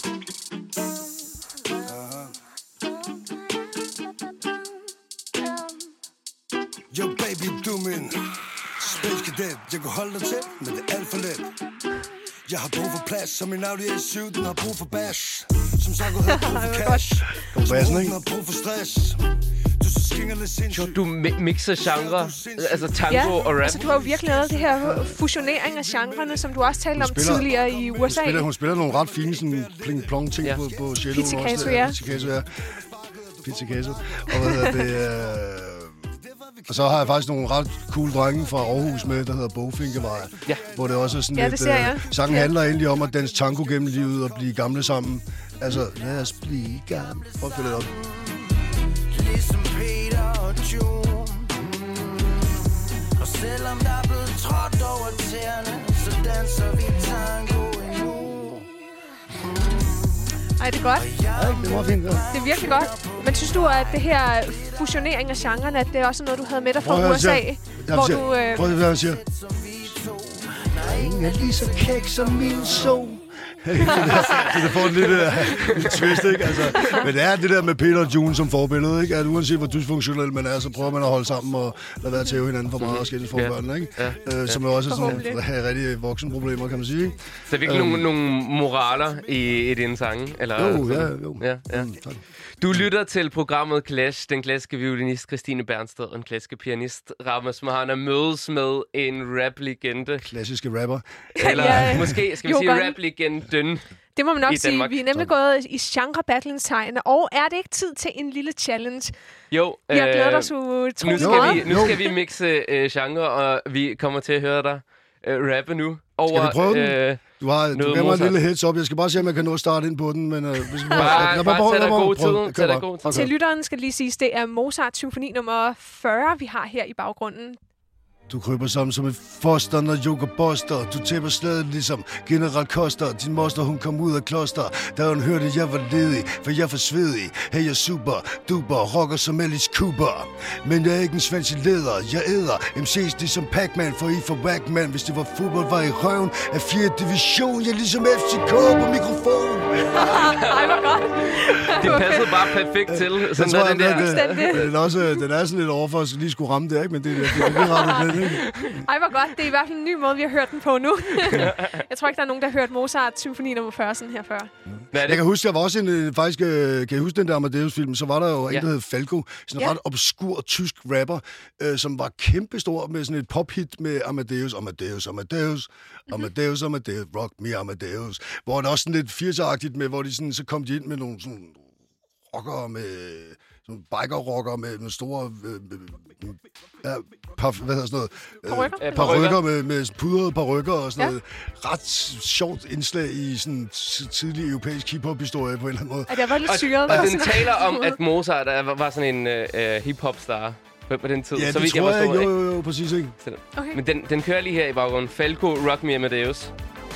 Yo baby, du er min space cadet. Jeg kan holde dig tæt, men det er alt for let. Jeg har brug for plads, som min Audi A syv, den har brug for bash. Som sagt, har brug for cash. Kom Som bassen, roden ikke? har brug for stress. Du er så Jo, du mi- mixer genre, altså tango Ja, og rap. altså du har jo virkelig lavet det her fusionering af genrerne, som du også talte om spiller- tidligere i U S A. Hun spiller, hun spiller nogle ret fine sådan pling-plong ting Ja. ja. på, på cello. Pizzicato, ja. Pizzicato, ja. Pizzicato. Og hvad hedder det... Øh... Og så har jeg faktisk nogle ret cool drenge fra Aarhus med, der hedder Bogfinkevej. Ja. Hvor det også er sådan Ja, det lidt... ser jeg. Øh, sangen Ja. handler egentlig om at danse tango gennem livet og blive gamle sammen. Altså, lad os blive gamle. Prøv at følge det op. Ligesom Peter og June. Og selvom der er blevet trådt over tæerne, så danser vi tango endnu. Ej, det er godt. Ja, det var fint, ja. Det er virkelig godt. Men synes du, at det her fusionering af genrerne, at det er også noget, du havde med dig Prøv at fra høre, U S A? siger- Jeg Hvor siger- du... Øh, Prøv at høre, hvad han siger. Ingen er lige så kæk som min sol. så det får en lille, uh, lille twist, ikke? Altså, men det er det der med Peter og June som forbillede, ikke? At uanset hvor dysfunktionel man er, så prøver man at holde sammen og lade være at tæve hinanden for meget og skændes for Ja. børnene, ikke? Ja. Øh, som jo også er sådan Forhåbentlig. nogle rigtig voksenproblemer, kan man sige, ikke? Så der er virkelig Øhm. nogle, nogle moraler i, i dine sange? Eller Jo, sådan? ja, jo. Ja, ja. Mm, tak. Du lytter til programmet Clash. Den klassiske violinist Christine Bernsted og den klassiske pianist Ramos Mahana mødes med en rap-legende. Klassiske rapper. Eller Ja, måske skal vi sige Jogan. rap-legenden. det må man nok i sige. Danmark. Vi er nemlig gået i genre-battlens tegn. Og er det ikke tid til en lille challenge? Jo, Vi har glædet øh, os utroligt nu skal meget. vi, nu skal vi mixe øh, genre, og vi kommer til at høre dig øh, rappe nu. Over, Skal vi prøve den? øh, Du har du Noget gav mig en Mozart. lille heads up. Jeg skal bare se, om jeg kan nå at starte ind på den, men... Uh, hvis vi Bare- lad mig bare tag dig lad mig god prøve. tid. Kør Tag dig bare. god tid. Okay. Til lytteren skal lige siges, det er Mozart symfoni nummer fyrre, vi har her i baggrunden. Du kryber sammen som et foster, når Joker boster. Du tæpper slaget ligesom General Koster. Din moster, hun kom ud af kloster. Da hun hørte, jeg var ledig, for jeg er for svedig. Hey, jeg er super, duper, rocker som Alice Cooper. Men jeg er ikke en svensk leder. Jeg æder M C's ligesom Pac-Man, for I for Whackman. Hvis det var fodbold, var i røven af fjerde division. Jeg er ligesom F C K på mikrofon. Ej, hvor godt. det passede bare perfekt til. Jeg Sådan tror, der, den at der. den, Fuldstændig. den, er også, den er sådan lidt over for at lige skulle ramme det, ikke? Men det, det, det, det er ret lidt, ikke? Ej, hvor godt. Det er i hvert fald en ny måde, vi har hørt den på nu. Jeg tror ikke, der er nogen, der har hørt Mozart symfoni nummer fyrre sådan her før. Hvad er Jeg det? kan huske, der var også en, øh, faktisk, øh, kan jeg huske den der Amadeus-film, så var der jo ja. en, der hed Falco, sådan en Ja. ret obskur tysk rapper, øh, som var kæmpestor med sådan et pop-hit med Amadeus, Amadeus, Amadeus, Amadeus, Amadeus, Rock Me Amadeus, hvor det også sådan lidt firseragtigt med, hvor de sådan, så kom de ind med nogle sådan rockere med... Sådan biker-rockere med, med store... Øh, øh, ja, par, hvad hedder sådan noget? Parykker? Øh, Parykker. parykker med, med pudrede parykker og sådan Ja. noget. Ret sjovt indslag i sådan t- tidlig europæisk hip-hop-historie på en eller anden måde. Ej, det har været lidt Og, syret. og var den sådan- taler om, at Mozart er, var, var sådan en øh, hip-hop-star på, på den tid. Ja, så det vidt tror jeg, forstår, jeg ikke? jo, jo, jo, præcis, ikke? Okay. Men den, den kører lige her i baggrunden. Falco, Rock Me Amadeus.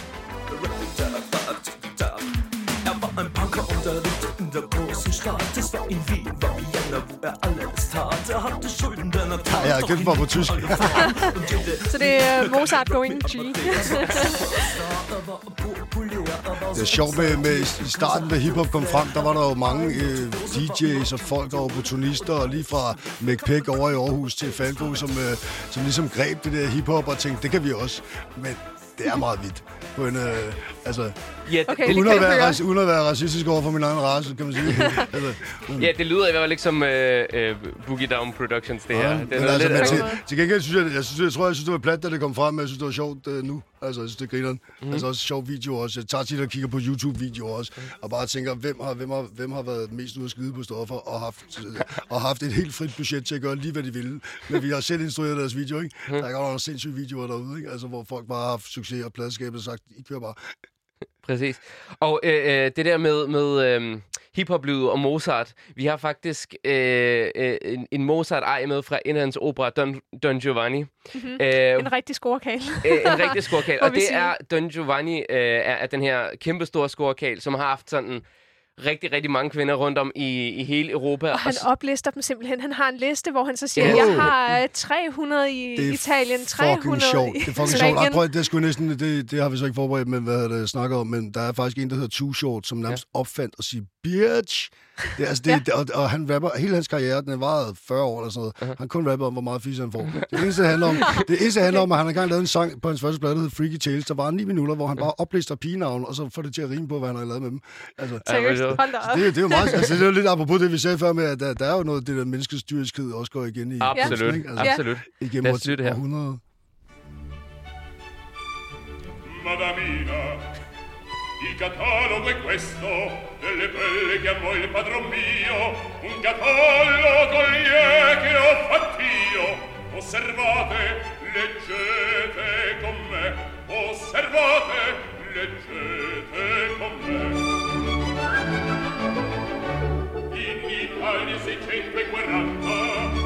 Er war ein Punker und er lebte in der großen Stadt. Es war in Wien, war Vienna, wo er alles tat. Er hatte Schulden, denn er tat Ja, jeg kendte mig på tysk. Så det er Mozart going G. Det er sjovt med, med i starten, da hiphop kom frem, der var der jo mange øh, D J's og folk, der var opportunister, og lige fra McPeck over i Aarhus til Falco, som, øh, som ligesom greb det der hiphop og tænkte, det kan vi også. Men det er meget vidt. På en, øh, altså, Ja, Okay, det, det uden, kan at vi være, høre. raci- uden at være racistisk over for min egen race, kan man sige. altså, ja, det lyder i hvert fald ikke som øh, øh, Boogie Down Productions, det her. Ja, Det men er noget altså, lidt men andet. til, til gengæld synes jeg, jeg, synes, jeg tror, jeg synes, det var plat, da det kom frem, men jeg synes, det var sjovt uh, nu. Altså, jeg synes, det griner. Mm. Altså også sjov video også. Jeg tager tit og kigger på YouTube-videoer også, og bare tænker, hvem har, hvem har, hvem har været mest ude at skide på stoffer, og haft, og haft et helt frit budget til at gøre lige, hvad de ville. Men vi har selv instrueret deres video, ikke? Der er godt nogle sindssyge videoer derude, ikke? Altså, hvor folk bare har haft succes, og pladskabet har sagt, I kører bare. Præcis. Og øh, øh, det der med, med øh, hiphop-lydet og Mozart. Vi har faktisk øh, øh, en, en Mozart-ej med fra en af hans opera, Don, Don Giovanni. Mm-hmm. Øh, En rigtig scorekale. øh, en rigtig skorkal. Må Og vi det sige. er Don Giovanni, øh, er, er den her kæmpe store skorkal, som har haft sådan rigtig, rigtig mange kvinder rundt om i, i hele Europa. Og han s- oplister dem simpelthen. Han har en liste, hvor han så siger, Ja. jeg har øh, tre hundrede i Det er Italien, tre hundrede fucking sjovt. i Det er fucking sjovt. Spanien. Ej, prøv, det, skulle næsten, det, det har vi så ikke forberedt, men hvad det snakker om, men der er faktisk en, der hedder Too Short, som nærmest ja. opfandt at sige, bitch! Det, er, altså, det, Ja. ja. det, og, og, han rapper, hele hans karriere, den har varet fyrre år eller sådan noget. Uh-huh. Han kun rapper om, hvor meget fisse han får. Det eneste, det handler om, det eneste handler om, at han har engang lavet en sang på hans første plade, der hedder Freaky Tales, der var ni minutter, hvor han bare oplister pigenavn, og så får det til at rime på, hvad han har lavet med dem. Altså, Seriøst? du. Hold da op. Det, det er jo meget... Altså, det er jo lidt apropos det, vi sagde før med, at der, der er jo noget, det der menneskets dyriskhed også går igen i. Absolut, ikke? Altså, absolut. Igennem Lad os lytte her. århundreder. Madamina, il catalogo è questo, delle belle che amo il padron mio, un catalogo che ho fatt'io. Osservate, leggete con me, osservate, leggete con me. In Italia seicentokvaranta.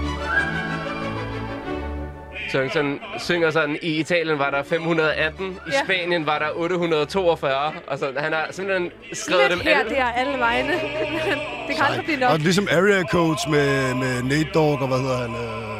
Så sådan, synger sådan, i Italien var der fem hundrede og atten, i Ja. Spanien var der otte hundrede og toogfyrre. Og så, han har simpelthen skrevet dem Lidt her, alle. der, alle vegne. Det kan aldrig blive nok. Og ligesom Area Codes med, med Nate Dogg, og hvad hedder han? Uh,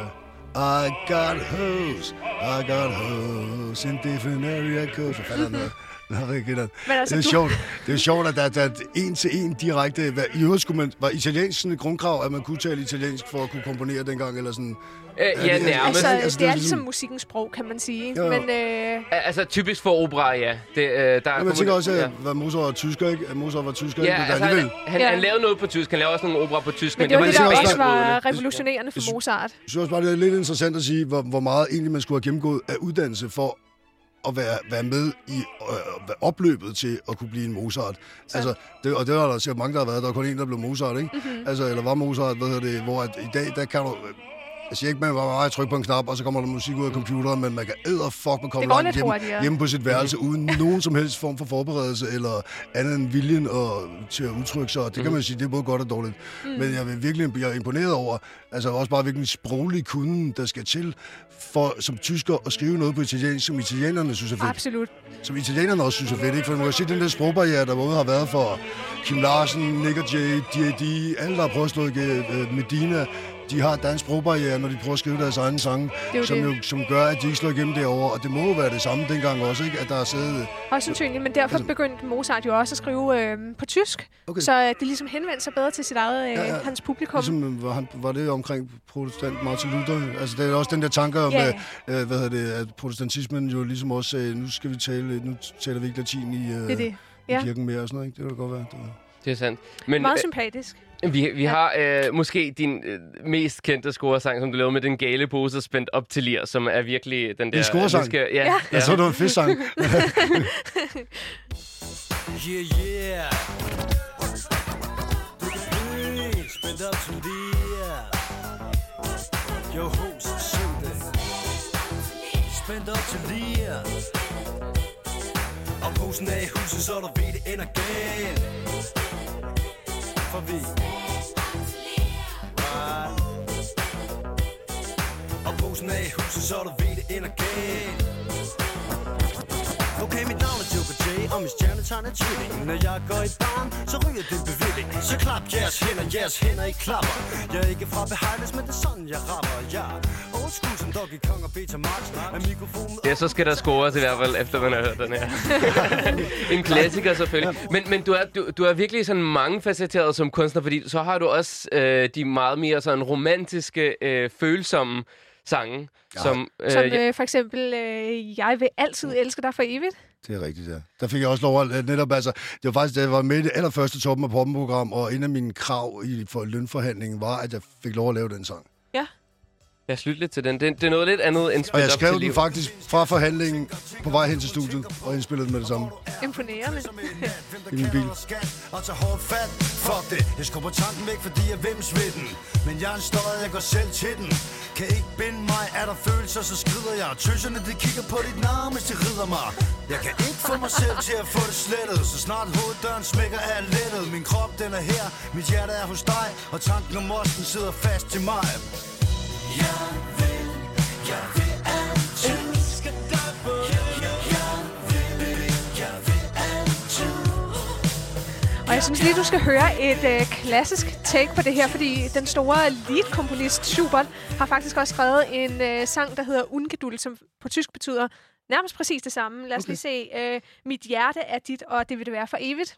I got hoes, I got hoes in different area codes. Hvad fanden er det? Nå, det er altså, det er du- sjovt. Det er jo sjovt, at der, der er en til en direkte... Hvad, I øvrigt skulle man... Var italiensk sådan et grundkrav, at man kunne tale italiensk for at kunne komponere dengang, eller sådan... Øh, ja, det- nærmest. Altså, altså, det er det er ligesom sådan- musikkens sprog, kan man sige. Jo. Men øh, Altså, typisk for opera, ja. Det, øh, der er Ja, man tænker også, ja. at ja. Mozart var tysker, ikke? At Mozart var tysker, Ja, ikke? Men altså, alligevel... han, han, Ja. han lavede noget på tysk. Han lavede også nogle opera på tysk. men det var det, det der er også også var revolutionerende for Mozart. Jeg synes også bare, det er lidt interessant at sige, hvor, hvor meget egentlig man skulle have gennemgået af uddannelse for at være, være med i øh, være opløbet til at kunne blive en Mozart. Altså, det, og det var der sikkert mange, der har været. Der var kun en, der blev Mozart, ikke? Mm-hmm. Altså, eller var Mozart, hvad hedder det, hvor at i dag, der kan du... Jeg siger ikke, man var meget trykke på en knap, og så kommer der musik ud af computeren, men man kan edderfuck med komme Det går langt lidt hjem, hurtigere. hjemme på sit værelse, uden nogen som helst form for forberedelse, eller andet end viljen og, til at udtrykke sig. Og det kan man sige, det er både godt og dårligt. Mm. Men jeg er virkelig jeg er imponeret over, altså også bare virkelig sproglig kunden, der skal til, for som tysker at skrive noget på italiensk, som italienerne synes er fedt. Absolut. Som italienerne også synes er fedt, ikke? For man kan se, den der sprogbarriere, der både har været for Kim Larsen, Nick og Jay, D A D, alle, der har prøvet at slå igennem, Medina, de har dansk sprogbarriere, når de prøver at skrive deres egne sange, som, jo, som gør, at de ikke slår igennem derovre. Og det må jo være det samme dengang også, ikke? At der er siddet... Højst sandsynligt, men derfor begyndte Mozart jo også at skrive øh, på tysk, Okay. så øh, det ligesom henvendte sig bedre til sit eget, øh, Ja, ja. hans publikum. Ligesom var, han, var det omkring protestant Martin Luther. Altså, det er også den der tanke om, Ja. yeah. øh, hvad hedder det, at protestantismen jo ligesom også sagde, nu skal vi tale, nu taler vi ikke latin i, øh, Det er det. i Ja. kirken mere og sådan noget, ikke? Det kan da godt være. Det var... Det er sandt. Men Meget øh, sympatisk. vi, vi har øh, måske din øh, mest kendte scoresang, som du lavede med den gale pose spændt op til lir, som er virkelig den der... En scoresang? nu Skal, ja, Ja. Jeg så, det var en festsang. Yeah, yeah. Du kan blive spændt op til lige. Yo, host, syng det. Spændt op til lige. Og posen er i huset, så du ved, det ender galt. For vi right. Og posen er i huset, så du ved, det ender galt. Okay, mit navn er Joker J, og min stjernetegn er tvilling. Når jeg går i barn, så ryger det bevilling. Så klap jeres hænder, jeres hænder I klapper. Jeg er ikke fra Behejles, men det er sådan, jeg rapper. Jeg er old school som Doggy Kong og Beta Max. Er mikrofonen... Ja, så skal der scores i hvert fald, efter man har hørt den her. En klassiker selvfølgelig. Men, men du, er, du, du er virkelig sådan mangefacetteret som kunstner, fordi så har du også øh, de meget mere sådan romantiske, øh, følsomme sange. Ja. Som, øh, Som ja, øh, for eksempel, øh, jeg vil altid elske dig for evigt. Det er rigtigt, ja. Der fik jeg også lov at netop, altså, det var faktisk, da jeg var med i det allerførste Toppen af Poppen-program, og en af mine krav i for lønforhandlingen var, at jeg fik lov at lave den sang. Ja. jeg slutter lidt til den. Det, det er noget lidt andet end Og spændt jeg op skrev til den liv. faktisk fra forhandlingen på vej hen til studiet, og indspillede den med det samme Imponerende. i min bil. Og tager hårdt fat, fuck det. Jeg skubber tanken væk, fordi jeg vims ved den. Men jeg er en støj, jeg går selv til den. Kan ikke binde mig, er der følelser, så skrider jeg. Tøserne, de kigger på dit navn, hvis de rider mig. Jeg kan ikke få mig selv til at få det slettet. Så snart hoveddøren smækker, er jeg lettet. Min krop, den er her, mit hjerte er hos dig. Og tanken om os, den sidder fast til mig. Jeg vil, jeg vil altid elske dig på evigt. Jeg vil, jeg vil altid. Og jeg synes lige, du skal høre et øh, klassisk take på det her, fordi den store lead-komponist Schubert har faktisk også skrevet en øh, sang, der hedder Ungeduld, som på tysk betyder nærmest præcis det samme. Lad os Okay. lige se. Øh, Mit hjerte er dit, og det vil det være for evigt.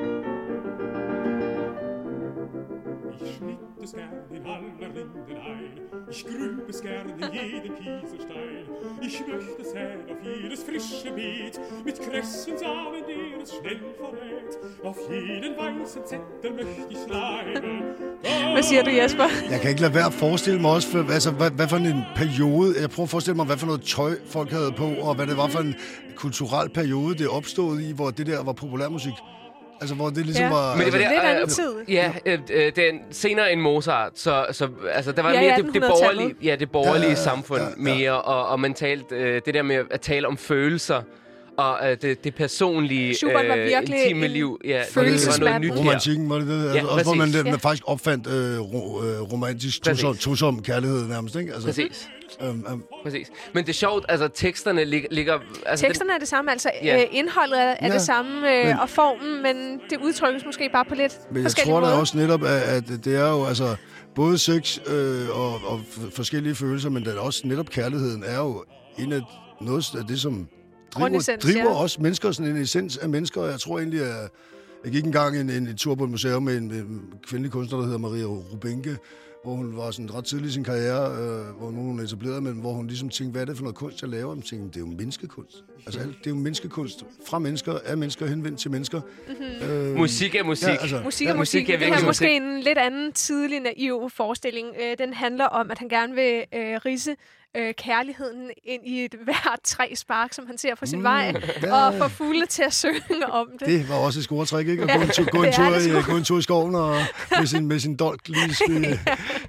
Ich schnitt es gern in aller Rinden ein, Ich grübe es gerne jeden Kieselstein. Ich möchte sehr auf jedes frische Beet mit Kressen Samen, der es schnell verrät. Auf jeden weißen Zettel möchte ich schreiben. Hvad siger du, Jesper? Jeg kan ikke lade være at forestille mig også, for, altså, hvad, hvad for en periode, jeg prøver at forestille mig, hvad for noget tøj folk havde på, og hvad det var for en kulturel periode, det opstod i, hvor det der var populærmusik. Altså, hvor det ligesom ja. var... Men det var altså, der, lidt anden tid. Ja, øh, øh, det er senere end Mozart, så, så altså, der var Ja, mere ja, det, det borgerlige, ja, det borgerlige Ja, ja, samfund ja, ja. mere, og, og man talte øh, det der med at tale om følelser, og øh, det, det personlige, Schubert var virkelig intime en liv. Ja, følelsesmand. det var noget nyt her. Romantikken, var det det? Altså, Ja, også hvor man, præcis. man Ja. faktisk opfandt øh, ro, øh, romantisk Præcis. tosom, tosom kærlighed nærmest, ikke? Altså, Præcis. øhm, øhm, Præcis. Men det er sjovt, altså teksterne ligger... ligger altså, Teksterne er det samme, altså Ja. øh, indholdet er, er Ja, det samme, øh, men- og formen, men det udtrykkes måske bare på lidt Men jeg forskellige tror da måder. også netop, at, at det er jo altså både sex øh, og, og f- forskellige følelser, men det er også netop kærligheden er jo en af noget af det, som driver, Grundessens, driver ja. også mennesker, sådan en essens af mennesker. Og jeg tror egentlig, at jeg gik engang en, en, en tur på et museum med en, en kvindelig kunstner, der hedder Maria Rubinke, hvor hun var sådan ret tidlig i sin karriere, øh, hvor nogen hun etablerede, men hvor hun ligesom tænkte, hvad er det for noget kunst, jeg laver? Og tænkte, det er jo menneskekunst. Altså, alt- det er jo menneskekunst fra mennesker, af mennesker, henvendt til mennesker. Mm-hmm. Øh, Musik er musik. Ja, altså, Musik Ja, og musik musik. er Det her virkelig er måske musik. en lidt anden tidlig naiv forestilling. Øh, den handler om, at han gerne vil øh, ridse øh, kærligheden ind i et hvert træ spark, som han ser på sin Mm, vej, ja. og få fugle til at synge om det. Det var også et scoretræk, ikke? At Ja, gå en tur, gå en det er tur, det i, sgu. gå en tur i skoven og med sin, med sin dolk lige spille.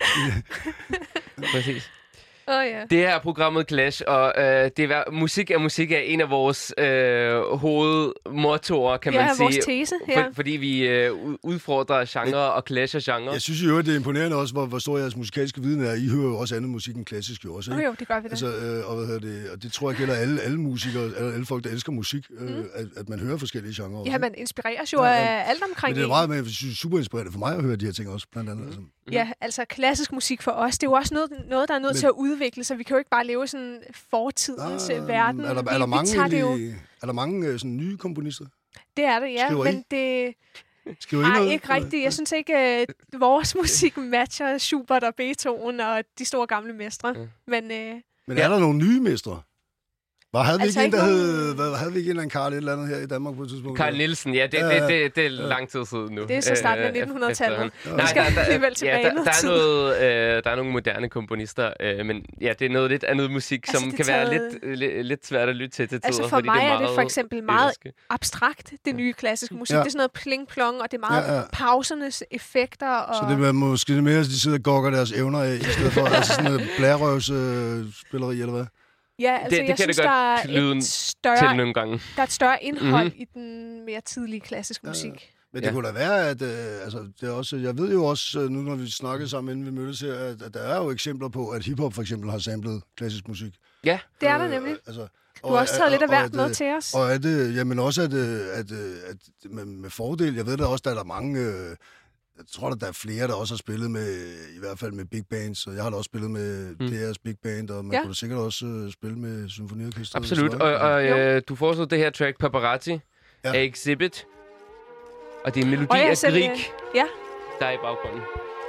Præcis. Åh oh, ja. Det her er programmet Clash, og øh, det er, musik er musik er en af vores øh, hovedmotorer, kan Ja, man sige. vores tese her. For, fordi vi øh, ud- udfordrer genre og clasher genre. Jeg synes jo, det er imponerende også, hvor, hvor stor jeres musikalske viden er. I hører jo også andet musik end klassisk jo også, Oh, ikke? jo, det gør vi da. Altså, øh, og, hvad hedder det, og det tror jeg gælder alle, alle musikere, alle, alle folk, der elsker musik, øh, Mm. at, at man hører forskellige genrer også. Ja, man inspireres jo Ja, ja, ja. af alt omkring Men det er en. meget, men jeg synes, super inspirerende for mig at høre de her ting også, blandt andet. Altså. Ja, altså klassisk musik for os, det er jo også noget, noget der er nødt Men- til at udvikle sig. Vi kan jo ikke bare leve i sådan fortidens Ah, ah, verden. Er der, vi, er der vi mange, tager det jo, egentlig, er der mange øh, sådan, nye komponister? det er det, ja, Skriver I? men det... Skriver I Nej, noget? ikke rigtigt. Jeg synes ikke, at vores musik matcher Schubert og Beethoven og de store gamle mestre. Mm. Men øh, Men er der nogle nye mestre? Var, havde, vi Altså ikke en, der ikke hed, hvad, havde vi ikke en eller anden Karl et eller andet her i Danmark på et tidspunkt? Carl Nielsen, ja, det, Ja, det, ja. det, det er lang tid siden nu. Det er så starten af Øh, nittenhundredetallet. efterhånden. Vi Nej, skal der, der, alligevel tilbage ja, der, noget der, er tid. noget, øh, der er nogle moderne komponister, øh, men ja, det er noget lidt andet musik, Altså, som det kan være taget- lidt, lidt, lidt svært at lytte til til tider. altså for fordi mig det er, er det for eksempel meget lyriske. abstrakt, det nye klassiske musik. Ja. Det er sådan noget pling-plong, og det er meget Ja, ja. pausernes effekter. Og... Så det er måske mere, at de sidder og gokker deres evner af, i stedet for altså sådan noget blærerøvsspilleri, øh, spilleri, eller hvad? Ja, altså Det- det jeg kan det synes, godt der er, lyde et Til større, nogle gange. der er et større indhold Mhm. i den mere tidlige klassiske Ja, ja. musik. Men det Ja. kunne da være, at øh, altså, det er også, jeg ved jo også, øh, nu når vi snakkede sammen, inden vi mødtes her, at, at der er jo eksempler på, at hiphop for eksempel har samlet klassisk musik. Ja, Det er der Øh, nemlig. Altså, Du har også taget lidt af hvert med at, til os. Og at, øh, jamen også, at, øh, at, øh, at med, med fordel, jeg ved da også, der er der mange, øh, jeg tror, at der er flere, der også har spillet med, i hvert fald med big bands, og jeg har da også spillet med Mm. D R's big band, og man Ja. kunne da sikkert også øh, spille med symfoniorkestret. absolut. så, Og, ikke? og Jo. øh, du foreslår det her track, Paparazzi, Ja. af Exhibit. Og det er en melodi Og jeg af selv, Grieg, øh, ja. der er i baggrunden.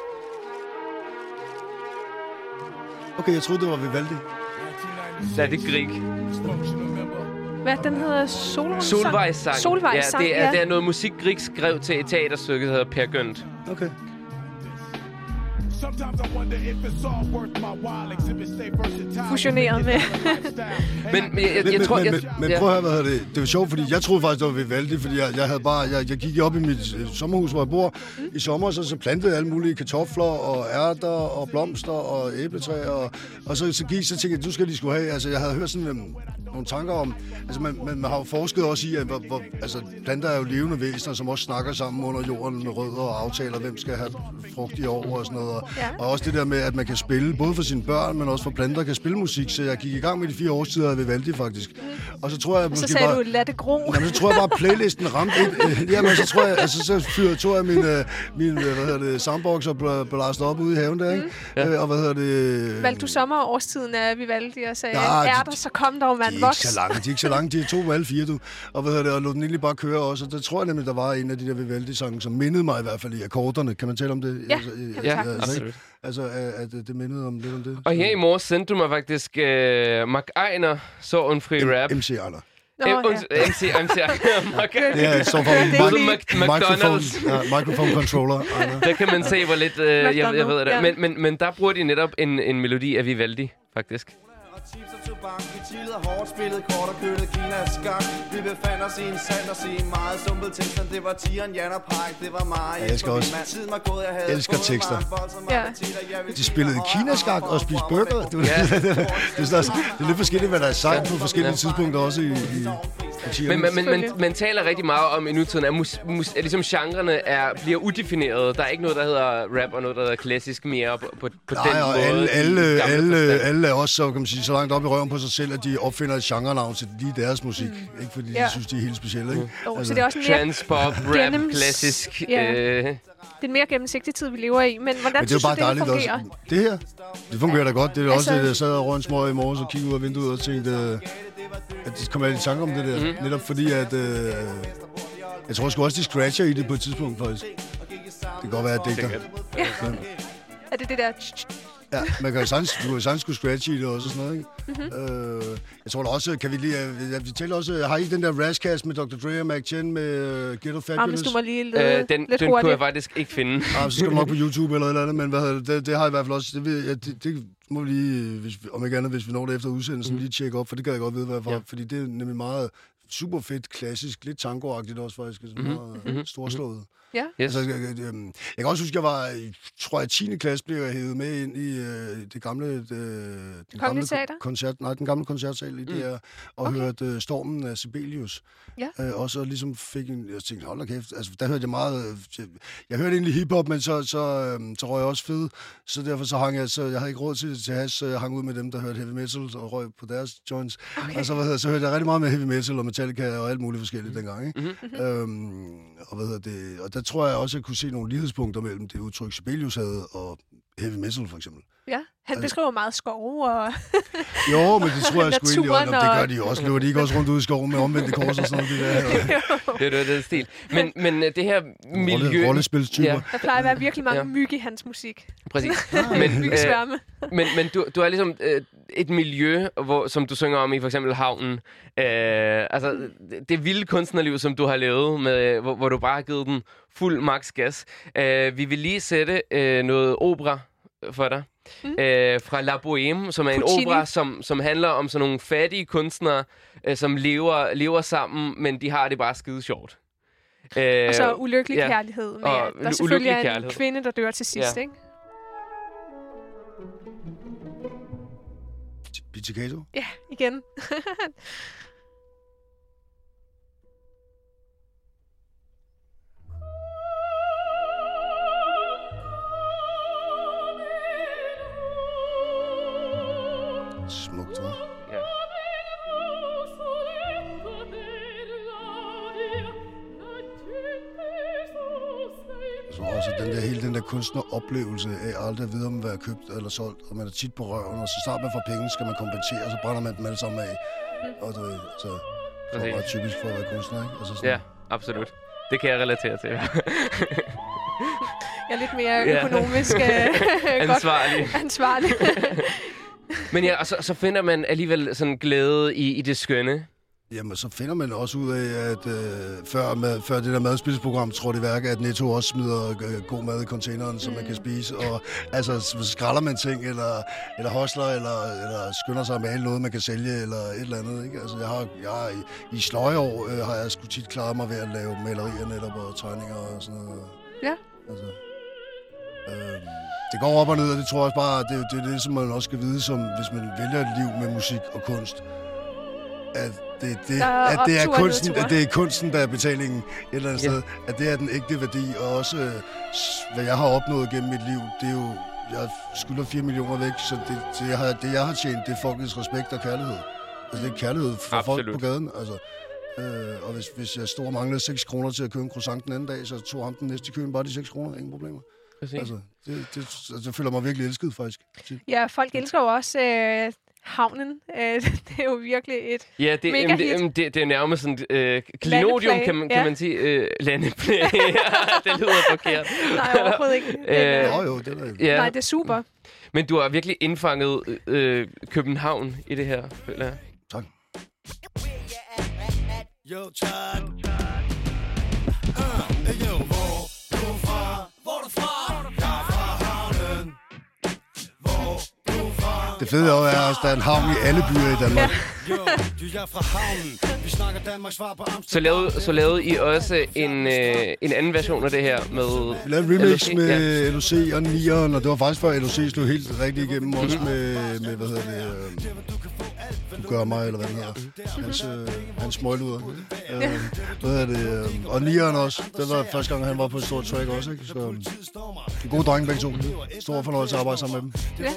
Okay, jeg troede, det var Vivaldi. Så er det Grieg. Hvad den hedder? Solvejs Solvejs sang. Solvejs sang, ja, det er, ja. det er noget musik, Grieg skrev til et teaterstykke, der hedder Per Gynt. Okay. Sometimes I wonder if it's all worth my while. Exhibit stay versatile. Fusioneret med. Men, men jeg, jeg, Men, jeg men, tror... men, jeg, men, men ja. prøv at høre, hvad hedder det? Det var sjovt, fordi jeg troede faktisk, det var Vivaldi, fordi jeg, jeg havde bare, jeg, jeg gik op i mit øh, sommerhus, hvor jeg bor. Mm. I sommer, så, så plantede jeg alle mulige kartofler og ærter og blomster og æbletræer. Og, og så, så gik så tænkte jeg, du skal de skulle have. Altså, jeg havde hørt sådan um, nogle tanker om, altså man, man, man har jo forsket også i, at hvor, hvor, altså, planter er jo levende væsener, som også snakker sammen under jorden med rødder og aftaler, hvem skal have frugt i år og sådan noget. Og, Ja. og også det der med, at man kan spille, både for sine børn, men også for planter, kan spille musik. Så jeg gik i gang med de fire årstider af Vivaldi, faktisk. Mm. Og så tror jeg, Og så måske sagde bare... du, lad det gro. Jamen, så tror jeg bare, at playlisten ramte et... Øh, jamen, så tror jeg, altså, så fyrede, tog jeg min, øh, min øh, hvad hedder det, soundbox og bl- blæste op ude i haven der, ikke? Mm. Ja. Øh, og hvad hedder det... Valgte du sommerårstiden af Vivaldi og sagde, Ja, er de- der, så kom dog, De mand, er voks. ikke så lange, de er ikke så lange, de er to med alle fire, du. Og hvad hedder det, og lod den egentlig bare køre også. Og der tror jeg nemlig, der var en af de der Vivaldi-sange, som mindede mig i hvert fald i akkorderne. Kan man tale om det? Ja, Altså, kan vi Ja, sagtens. absolut. Altså, at det, det mindede om lidt om det. Og her i morges sendte du mig faktisk uh, Mark Ejner, så en fri rap. M C Ejner. Nå, ja. M C Ejner. Det er så for McDonald's. Ja, microphone controller. Der kan man se, hvor lidt... Uh, jeg, jeg ved det. Ja. Men, men, men der bruger de netop en, en melodi af Vivaldi, faktisk. Chips og tobak, vi chillede hårdt, spillede kort og kølte Kinas skak. Vi befandt os i en sand og se en meget sumpet tilstand. Det var Tieren, Jan og Pike, det var mig. Jeg elsker også. Tiden var gået, jeg havde elsker tekster. Ja. De spillede Kinas skak og spiste burger. Det, ja. det, det, det, er, det er lidt forskelligt, hvad der er sagt på forskellige tidspunkter også i, i men, men, men man, man taler rigtig meget om i nutiden, at, mus, mus, at ligesom genrerne er, bliver udefineret. Der er ikke noget, der hedder rap og noget, der hedder klassisk mere på, på, på Nej, den og måde. alle, alle, alle, alle er også så, kan man sige, så langt op i røven på sig selv, at de opfinder et genrenavn til lige deres musik. Mm. Ikke fordi ja. de synes, de er helt specielle. Ikke? Oh, altså. Så det er også en mere transpop, rap, gennems... klassisk. Ja. Øh... Det er en mere gennemsigtig tid, vi lever i. Men hvordan Men det synes er du, bare det fungerer? Også. Det her, det fungerer da godt. Det er altså... også, at jeg sad og røg en smøg i morges og kiggede ud af vinduet og tænkte, at de kommer lidt i tanke om det der. Mm-hmm. Netop fordi, at... Øh, jeg tror sgu også, de scratcher i det på et tidspunkt, faktisk. Det kan godt være, at det ikke ja. Er det det der... Ja, man kan jo sagtens, du kan sagtens skulle scratch i det også og sådan noget, ikke? Mm-hmm. Øh, jeg tror da også, kan vi lige... Uh, vi taler også... Har I den der Razzcast med doktor Dre og Mac Chen med uh, Ghetto Fabulous? Ah, hvis du må lige lede øh, den, lidt den hurtigt. kunne jeg faktisk ikke finde. Ah, så skal du nok på YouTube eller et eller andet, men hvad det, det, det har jeg i hvert fald også... Det, ved, ja, det, det må vi lige, hvis, om ikke andet, hvis vi når det efter udsendelsen, mm. lige tjekke op, for det kan jeg godt vide, hvad for, ja. Fordi det er nemlig meget super fedt, klassisk, lidt tango-agtigt også faktisk, sådan mm-hmm. meget mm-hmm. storslået. Ja. Yes. Altså, jeg, jeg, jeg, jeg kan også huske, at jeg var, tror jeg, tiende klasse blev jeg hævet med ind i øh, det gamle, øh, den gamle koncert, nej, den gamle koncertsal i mm. der, og okay. hørte øh, Stormen af Sibelius. Ja. Øh, og så ligesom fik en, jeg tænkte, hold da kæft, altså der hørte jeg meget, jeg, jeg hørte egentlig hiphop, men så, så, øh, så røg jeg også fed, så derfor så hang jeg, så jeg havde ikke råd til, til has, så jeg hang ud med dem, der hørte heavy metal og røg på deres joints. Okay. Og så, hvad hedder, så hørte jeg rigtig meget med heavy metal og Metallica og alt muligt forskelligt mm. dengang, ikke? Mm-hmm. Øhm, og hvad hedder det, og der tror jeg også, at jeg kunne se nogle lighedspunkter mellem det udtryk, Sibelius havde, og heavy metal for eksempel. Ja, han altså, beskriver meget skov og... jo, men det tror jeg sgu egentlig også. Det gør de jo også. Løber de ikke også rundt ud i skoven med omvendte kors og sådan noget? Det, der, det er det, det er stil. Men, men det her miljø... Rollespilstyper. Ja. Der plejer at være virkelig mange ja. myg i hans musik. Præcis. men, Myggesværme. øh, men, men du, du er ligesom øh, et miljø, hvor, som du synger om i for eksempel Havnen. Øh, altså, det vilde kunstnerliv, som du har levet, med, hvor, hvor du bare har givet den fuld max gas. Øh, vi vil lige sætte øh, noget opera for dig. Mm. Øh, fra La Bohème, som er en Puccini. opera, som, som handler om sådan nogle fattige kunstnere, øh, som lever, lever sammen, men de har det bare skide sjovt. Øh, og så ulykkelig ja. kærlighed. Med, og der selvfølgelig er en kærlighed. kvinde, der dør til sidst, ja. ikke? Pizzicato? Ja, igen. Smukt, hva'? Ja. Så også den der, hele den der kunstneroplevelse af aldrig at vide, om man er købt eller solgt, og man er tit på røven, og så snart man får penge, skal man kompensere, og så brænder man dem alle sammen af. Mm. Og det er så det er typisk for at være kunstner, ikke? Altså sådan. Ja, absolut. Det kan jeg relatere til. Jeg er lidt mere økonomisk ansvarlig. ansvarlig. Men ja, og så, så finder man alligevel sådan glæde i, i det skønne. Jamen, så finder man også ud af, at øh, før, med, før det der madspilsprogram trådte i værk, at Netto også smider øh, god mad i containeren, mm. som man kan spise. Og altså, så skralder man ting, eller, eller hostler, eller, eller skynder sig at male noget, man kan sælge, eller et eller andet. Ikke? Altså, jeg har, jeg har, i, i sløjeår øh, har jeg sgu tit klaret mig ved at lave malerier netop og tegninger og sådan noget. Ja. Altså, øh, det går op og ned, og det tror jeg også bare, det, det er det, som man også skal vide, som, hvis man vælger et liv med musik og kunst. At det, det, at det er kunsten, at det er kunsten, der er betalingen et eller andet ja. sted. At det er den ægte værdi, og også hvad jeg har opnået gennem mit liv, det er jo, jeg skylder fire millioner væk, så det, det, jeg, har, det jeg har tjent, det er folkets respekt og kærlighed. Altså det er kærlighed for Absolut. folk på gaden. Altså, øh, og hvis, hvis jeg stod og manglede seks kroner til at købe en croissant den anden dag, så tog ham den næste køen bare de seks kroner, ingen problemer. Altså, det, det, altså, jeg føler mig virkelig elsket, faktisk. Ja, folk elsker jo også øh, havnen. Øh, det er jo virkelig et Ja, det, mega jamen, det, hit. jamen, det, det er nærmest sådan øh, klinodium, kan man, kan ja. man sige. Øh, landeplay. Det lyder forkert. Nej, overhovedet ikke. Øh, Jo, jo, det er det. ja. Nej, det er super. Men du har virkelig indfanget øh, København i det her, føler jeg. Tak. Jo, tak. Uh, hey, yo, hvor du fra? Hvor du fra? Jeg er fra havnen. Hvor du fra? Det fede er jo, at der er en havn i alle byer i Danmark. Jo, du er fra havnen. Vi snakker Danmarks svar på Amsterdam. Så lavede, så lavede I også en, øh, en anden version af det her med... Vi lavede en remix L O C, med ja. L O C og Nieren, og det var faktisk før L O C slog helt rigtigt igennem, mm-hmm. også med, med, hvad hedder det, øh, Du gør mig, eller hvad den hedder. Hans, øh, hans smøgluder. Øh, hvad hedder det, øh, og Nieren også. Det var første gang, han var på et stort track også, ikke? Så en god dreng begge to. Stor fornøjelse at arbejde sammen med dem. Ja.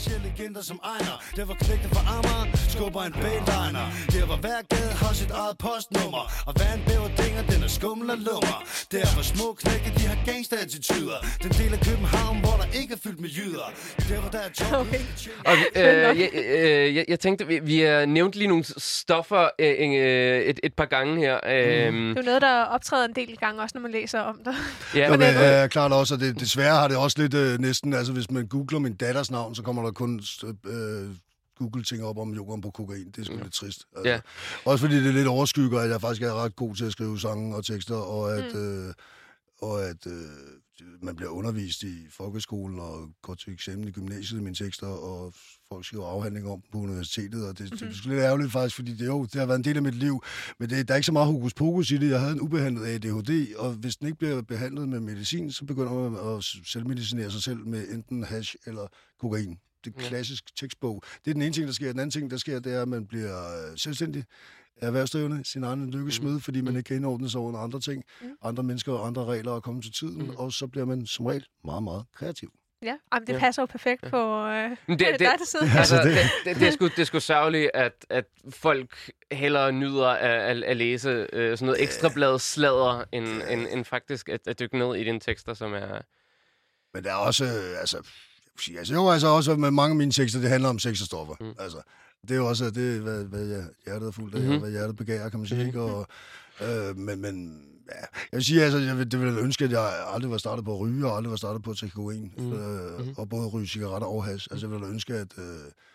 Det var knægtet fra Amager, skubber en bagliner. Det var hver gade har sit eget postnummer. Og hver en bæverdinger, den er skummel og lummer. Det er for små knække, de har gangsterattityder. Den del af København, hvor der ikke er fyldt med jyder. Det var der er Okay. Og øh, jeg, øh, jeg, jeg tænkte, vi, vi har nævnt lige nogle stoffer øh, et, et par gange her. Øh, Det er jo noget, der optræder en del gange, også når man læser om det. ja, Jo, men øh, klart også, og det, desværre har det også lidt øh, næsten, altså hvis man googler min datters navn, så kommer der kun øh, Google-ting op om jorden på kokain. Det er sgu mm. lidt trist. Altså. Ja. Også fordi det er lidt overskygger, at jeg faktisk er ret god til at skrive sange og tekster, og at, mm. øh, og at øh, man bliver undervist i folkeskolen og går til eksamen i gymnasiet i mine tekster, og folk skriver afhandlinger om på universitetet, og det, mm-hmm. det er lidt ærgerligt faktisk, fordi det, jo, det har været en del af mit liv, men det, der er ikke så meget hokus pokus i det. Jeg havde en ubehandlet A D H D, og hvis den ikke bliver behandlet med medicin, så begynder man at selvmedicinere sig selv med enten hash eller kokain. Det er klassisk tekstbog. Det er den ene ting, der sker. Den anden ting, der sker, det er, at man bliver selvstændig erhvervsdrivende, sin egen lykkesmed, mm. fordi man ikke kan indordne sig under andre ting, mm. andre mennesker og andre regler at komme til tiden, mm. og så bliver man som regel meget, meget kreativ. Ja, jamen, det Ja. passer jo perfekt Ja. på øh, det, det, det, dig, der sidder her. altså, Altså, det, det- det, det, er sgu, det er sgu sørgeligt, at, at folk hellere nyder at, at, at læse øh, sådan noget ekstrablad sladder, end, end, end faktisk at, at dykke ned i dine tekster, som er... Men der er også, øh, altså, jeg vil sige, altså, jo, altså også med mange af mine tekster, det handler om sex og stoffer. Mm. Altså, det er jo også, det er, hvad, hvad jeg, hjertet er fuldt af, Mm-hmm. og hvad hjertet begærer, kan man sige, Mhm. ikke? Og, øh, men, men ja, jeg vil sige, altså, jeg vil, det ville jeg ønske, at jeg aldrig var startet på at ryge, og aldrig var startet på at tage kokain, Mhm. øh, Mhm. og både ryge cigaretter og hash. Altså, jeg ville ønske, at... Øh,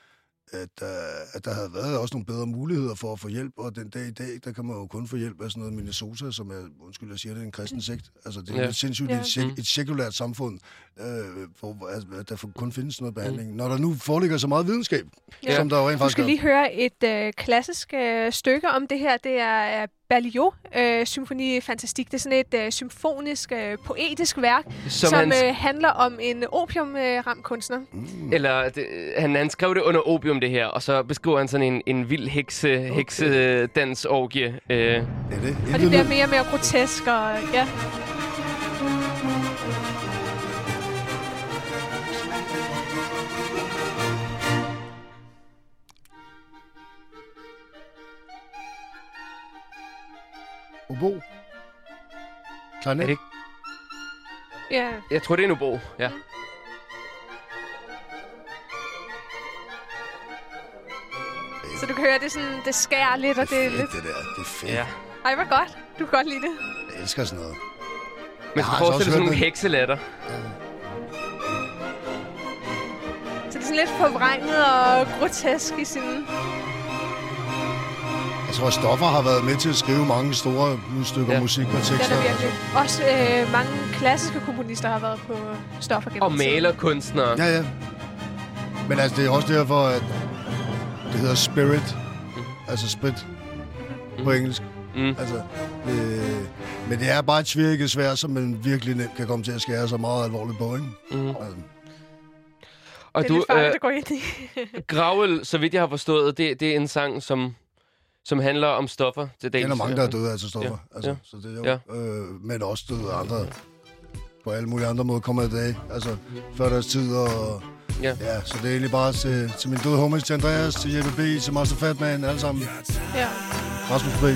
at, uh, at der havde været også nogle bedre muligheder for at få hjælp, og den dag i dag, der kan man jo kun få hjælp af sådan noget Minnesota, som er, undskyld, jeg siger, det er en kristen sekt. Altså, det er Ja. ja. sindssygt, Ja. ja. et, sek- Mm. et sekulært samfund, øh, hvor at der kun findes noget behandling. Mm. Når der nu foreligger så meget videnskab, Ja. ja. som der jo rent Du faktisk skal er. lige høre et øh, klassisk øh, stykke om det her. Det er Berlioz øh, Symfoni Fantastique. Det er sådan et øh, symfonisk, øh, poetisk værk, som, som hans- øh, handler om en opiumramt kunstner. Mm. Eller det, han, han skrev det under opium, det her, og så beskriver han sådan en, en vild hekse, okay. heksedansorgie. Øh. Det er det. Og det bliver mere og mere grotesk. Og, ja. Obo. Er Klarinet. det ikke? ja. Jeg tror, det er en obo, ja. Så du kan høre, det, er sådan, det skærer lidt, og det er fedt, lidt... det der. Det er fedt. ja. Ej, hvor godt. Du kan godt lide det. Jeg elsker sådan noget. Men har så altså forestille også dig sådan hørt nogle den. hekselatter. Så det er sådan lidt forvrænget og grotesk i sin... Jeg tror, Stoffer har været med til at skrive mange store stykker Ja. ja. musik og Den tekster. er virkelig... Også øh, mange klassiske komponister har været på stoffer gennem Og tiden. malerkunstnere. Ja, ja. Men altså, det er også derfor, at det hedder Spirit. Altså sprit på engelsk. Mm. Altså, øh, men det er bare et svirket svær, som man virkelig nemt kan komme til at skære sig meget alvorligt på, ikke? Mm. Altså, Og Det er du, lidt farligt øh, at gå ind i. Gravel, så vidt jeg har forstået, det, det er en sang, som, som handler om stoffer til dels. der er mange, der er døde af til stoffer. Ja. Altså, Ja. så det er jo, Ja. øh, men også døde af andre på alle mulige andre måder kommer i dag. Altså, før deres tid og... Ja. Ja, så det er egentlig bare til, til min døde homies, til Andreas, til Jeppe B, til Master Fatman, alle sammen. Ja. Rasmus B.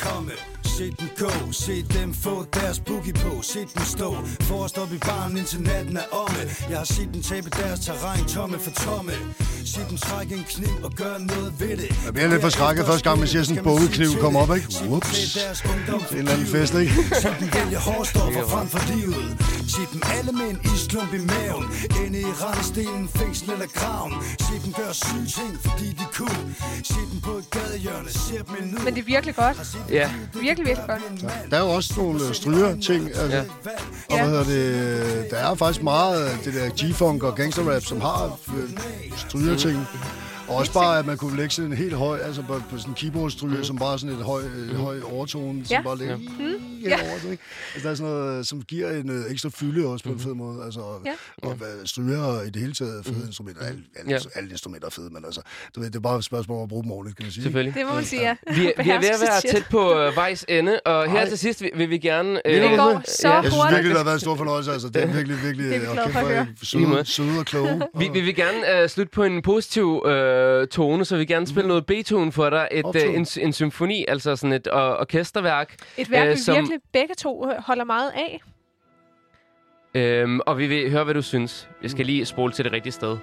komme. Se dem gå, se dem få deres boogie på. Se dem stå forrest op i baren indtil natten er omme. Jeg har set dem tabe deres terræn tomme for tomme. Se dem trække en kniv og gøre noget ved det. Jeg bliver lidt forskrækket første gang, man siger sådan en bogekniv kommer op, ikke? Whoops. En eller anden fest, ikke? Se dem vælge hårdstoffer frem for livet. Se dem alle med en isklump i maven. Inde i randstenen, fængsel eller graven. Se dem gøre syge ting, fordi de kunne. Se dem på et gadehjørne, se dem en Men det er virkelig godt. Ja. Virkelig, virkelig godt. Ja. Der er jo også nogle stryger-ting, altså. Ja. Og hvad hedder det? Der er faktisk meget af det der G-funk og gangster-rap, som har stryger-ting. Og også bare, at man kunne lægge sådan en helt høj, altså på, på sådan en keyboard-stryger, mm. som bare sådan et høj, et høj overtone, ja. Som bare ligger mm. ja. Over, ikke? Altså, der er sådan noget, som giver en uh, ekstra fylde også på en fed måde. Altså, ja. Og stryger i det hele taget er fede mm. instrumenter. Alle, alle, ja. alle instrumenter er fede, men altså, du ved, det er bare et spørgsmål om at bruge dem ordentligt, kan man sige. Selvfølgelig. Det må man sige, ja. Vi, vi er ved at være tæt på øh, vejs ende, og her Ej. til sidst vil, vil vi gerne... Øh, det går så ja. hurtigt. Jeg synes virkelig, det har været en stor fornøjelse. Altså, det er virkelig, virkelig... Det er vi glade for at høre. Søde, søde og kloge. Vi, vi vil gerne øh, slutte på en positiv øh, tone, så vi vil gerne spille noget Beethoven for dig. Et, øh, en, en symfoni, altså sådan et øh, orkesterværk. Et værk, øh, vi som, virkelig begge to holder meget af. Øhm, og vi vil høre, hvad du synes. Jeg skal lige spole til det rigtige sted.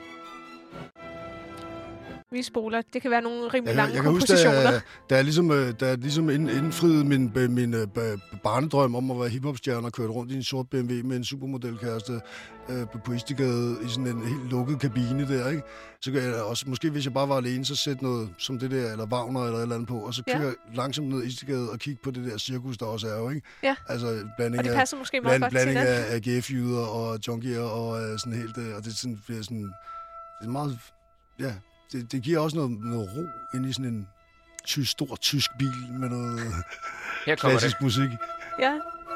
Vi spoler. Det kan være nogle rimelig jeg, lange jeg kompositioner. Jeg kan huske, der er ligesom, der er ligesom indfriet min, min uh, barnedrøm om at være hiphop-stjerne og køre rundt i en sort B M W med en supermodelkæreste uh, på Istegade i sådan en helt lukket kabine der, ikke? Så kan jeg også, måske hvis jeg bare var alene, så sætte noget som det der, eller Wagner eller et eller andet på, og så køre ja. langsomt ned i Istegade og kigge på det der cirkus, der også er jo, ikke? Ja, altså, blanding og det passer af, måske meget bland, godt til blanding det. af, af G F-jyder og junkier og uh, sådan helt, uh, og det er sådan, bliver sådan, det er meget, ja... Det, det giver også noget, noget ro ind i sådan en ty, stor tysk bil med noget klassisk det. musik. Ja.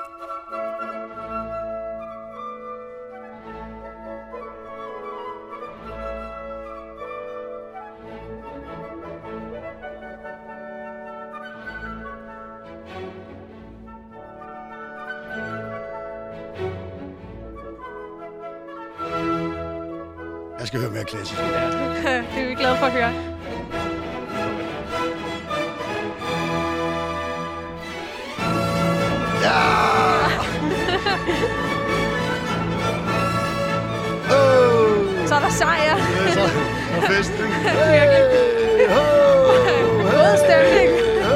Jeg skal høre mere klassisk. Det er vi glade for at høre. Ja! oh! Så er der sejr. Ja, så er der fest, ikke? Virkelig. God stemning.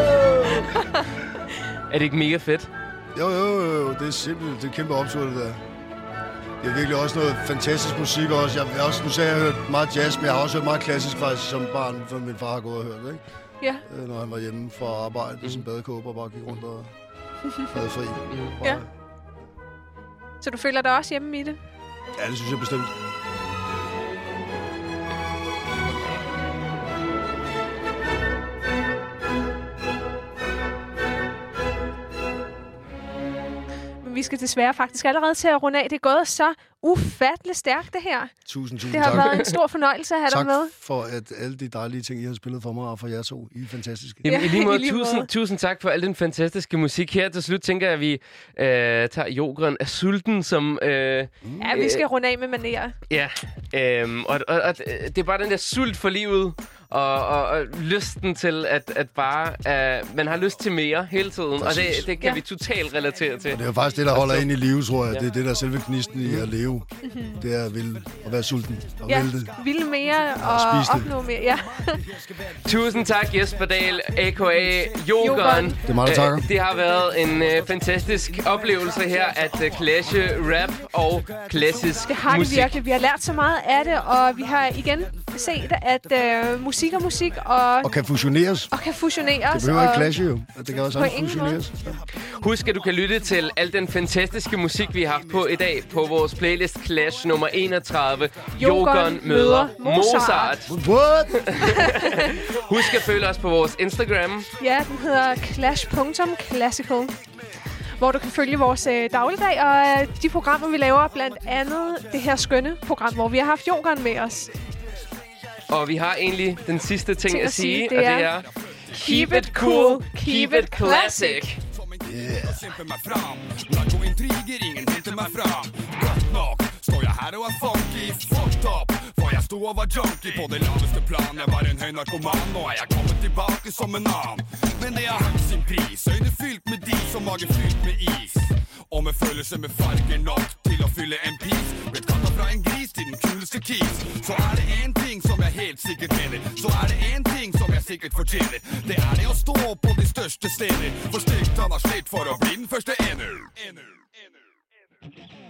Er det ikke mega fedt? Jo, jo, jo. Det er simpelthen, det er kæmpe optur, det der. Det er virkelig også noget fantastisk musik også. Jeg, jeg også, nu sagde jeg, at jeg har hørt meget jazz, men jeg har også hørt meget klassisk faktisk som barn, for min far har gået og hørt det, ikke? Ja. Når han var hjemme fra arbejde i sin badekåbe og bare gik rundt og havde fri. Ja. Så du føler dig også hjemme i det? Ja, det synes jeg bestemt. Vi skal desværre faktisk allerede til at runde af. Det er gået så ufatteligt stærkt, det her. Tusind, tusind Det har tak. været en stor fornøjelse at have tak dig med. Tak for at alle de dejlige ting, I har spillet for mig, og for jer to. I er fantastiske. Jamen, ja, i lige måde, i lige tusind, måde. tusind tak for al den fantastiske musik. Her til slut tænker jeg, at vi øh, tager Jokeren af sulten, som... Øh, ja, vi skal runde af med manerer. Ja, øh, og, og, og det er bare den der sult for livet. Og, og, og lysten til, at, at bare... Uh, man har lyst til mere hele tiden. Præcis. Og det, det kan ja. vi totalt relatere til. Og det er jo faktisk det, der holder ind i live, tror jeg. Ja. Det er det, der er selve knisten i at leve. Mm-hmm. Det er at ville at være sulten og ja, vælde. ville mere og, og opnå mere. Ja. Tusind tak, Jesper Dahl, a k a. Jokeren. Det er meget, takker. Uh, det har været en uh, fantastisk oplevelse her at uh, clashe rap og klassisk Det har musik. det virkelig. Vi har lært så meget af det, og vi har igen set, at uh, musik og musik og... Og kan fusioneres. Og kan fusioneres. Det behøver ikke clashe jo. Det kan også fusioneres. Husk, at du kan lytte til al den fantastiske musik, vi har haft på i dag på vores playlist Clash nummer enogtredive. Jokeren møder Mozart. What? Husk at følge os på vores Instagram. Ja, den hedder clash punktum classical. Hvor du kan følge vores øh, dagligdag og øh, de programmer, vi laver. Blandt andet det her skønne program, hvor vi har haft Jokeren med os. Og vi har egentlig den sidste ting, ting at, at sige, sige det og er, det er... Keep it cool, keep it classic. Yeah. Ska jag här och ha funky fucked up? Får jag sto og var junkie på det laveste plan. Jeg var en høy narkoman, nå er jeg kommet tilbake som en annen. Men det har hatt sin pris, øyne fylt med dis og mage fylt med is. Og med følelse med farger nok til å fylle en pis. Vet katta fra en gris til den kuleste kis. Så er det en ting som jeg helt sikkert mener. Så er det en ting som jeg sikkert fortjener. Det er det å stå på de største steder. For stygt han har slitt for å bli den første ener. Ener, ener, ener.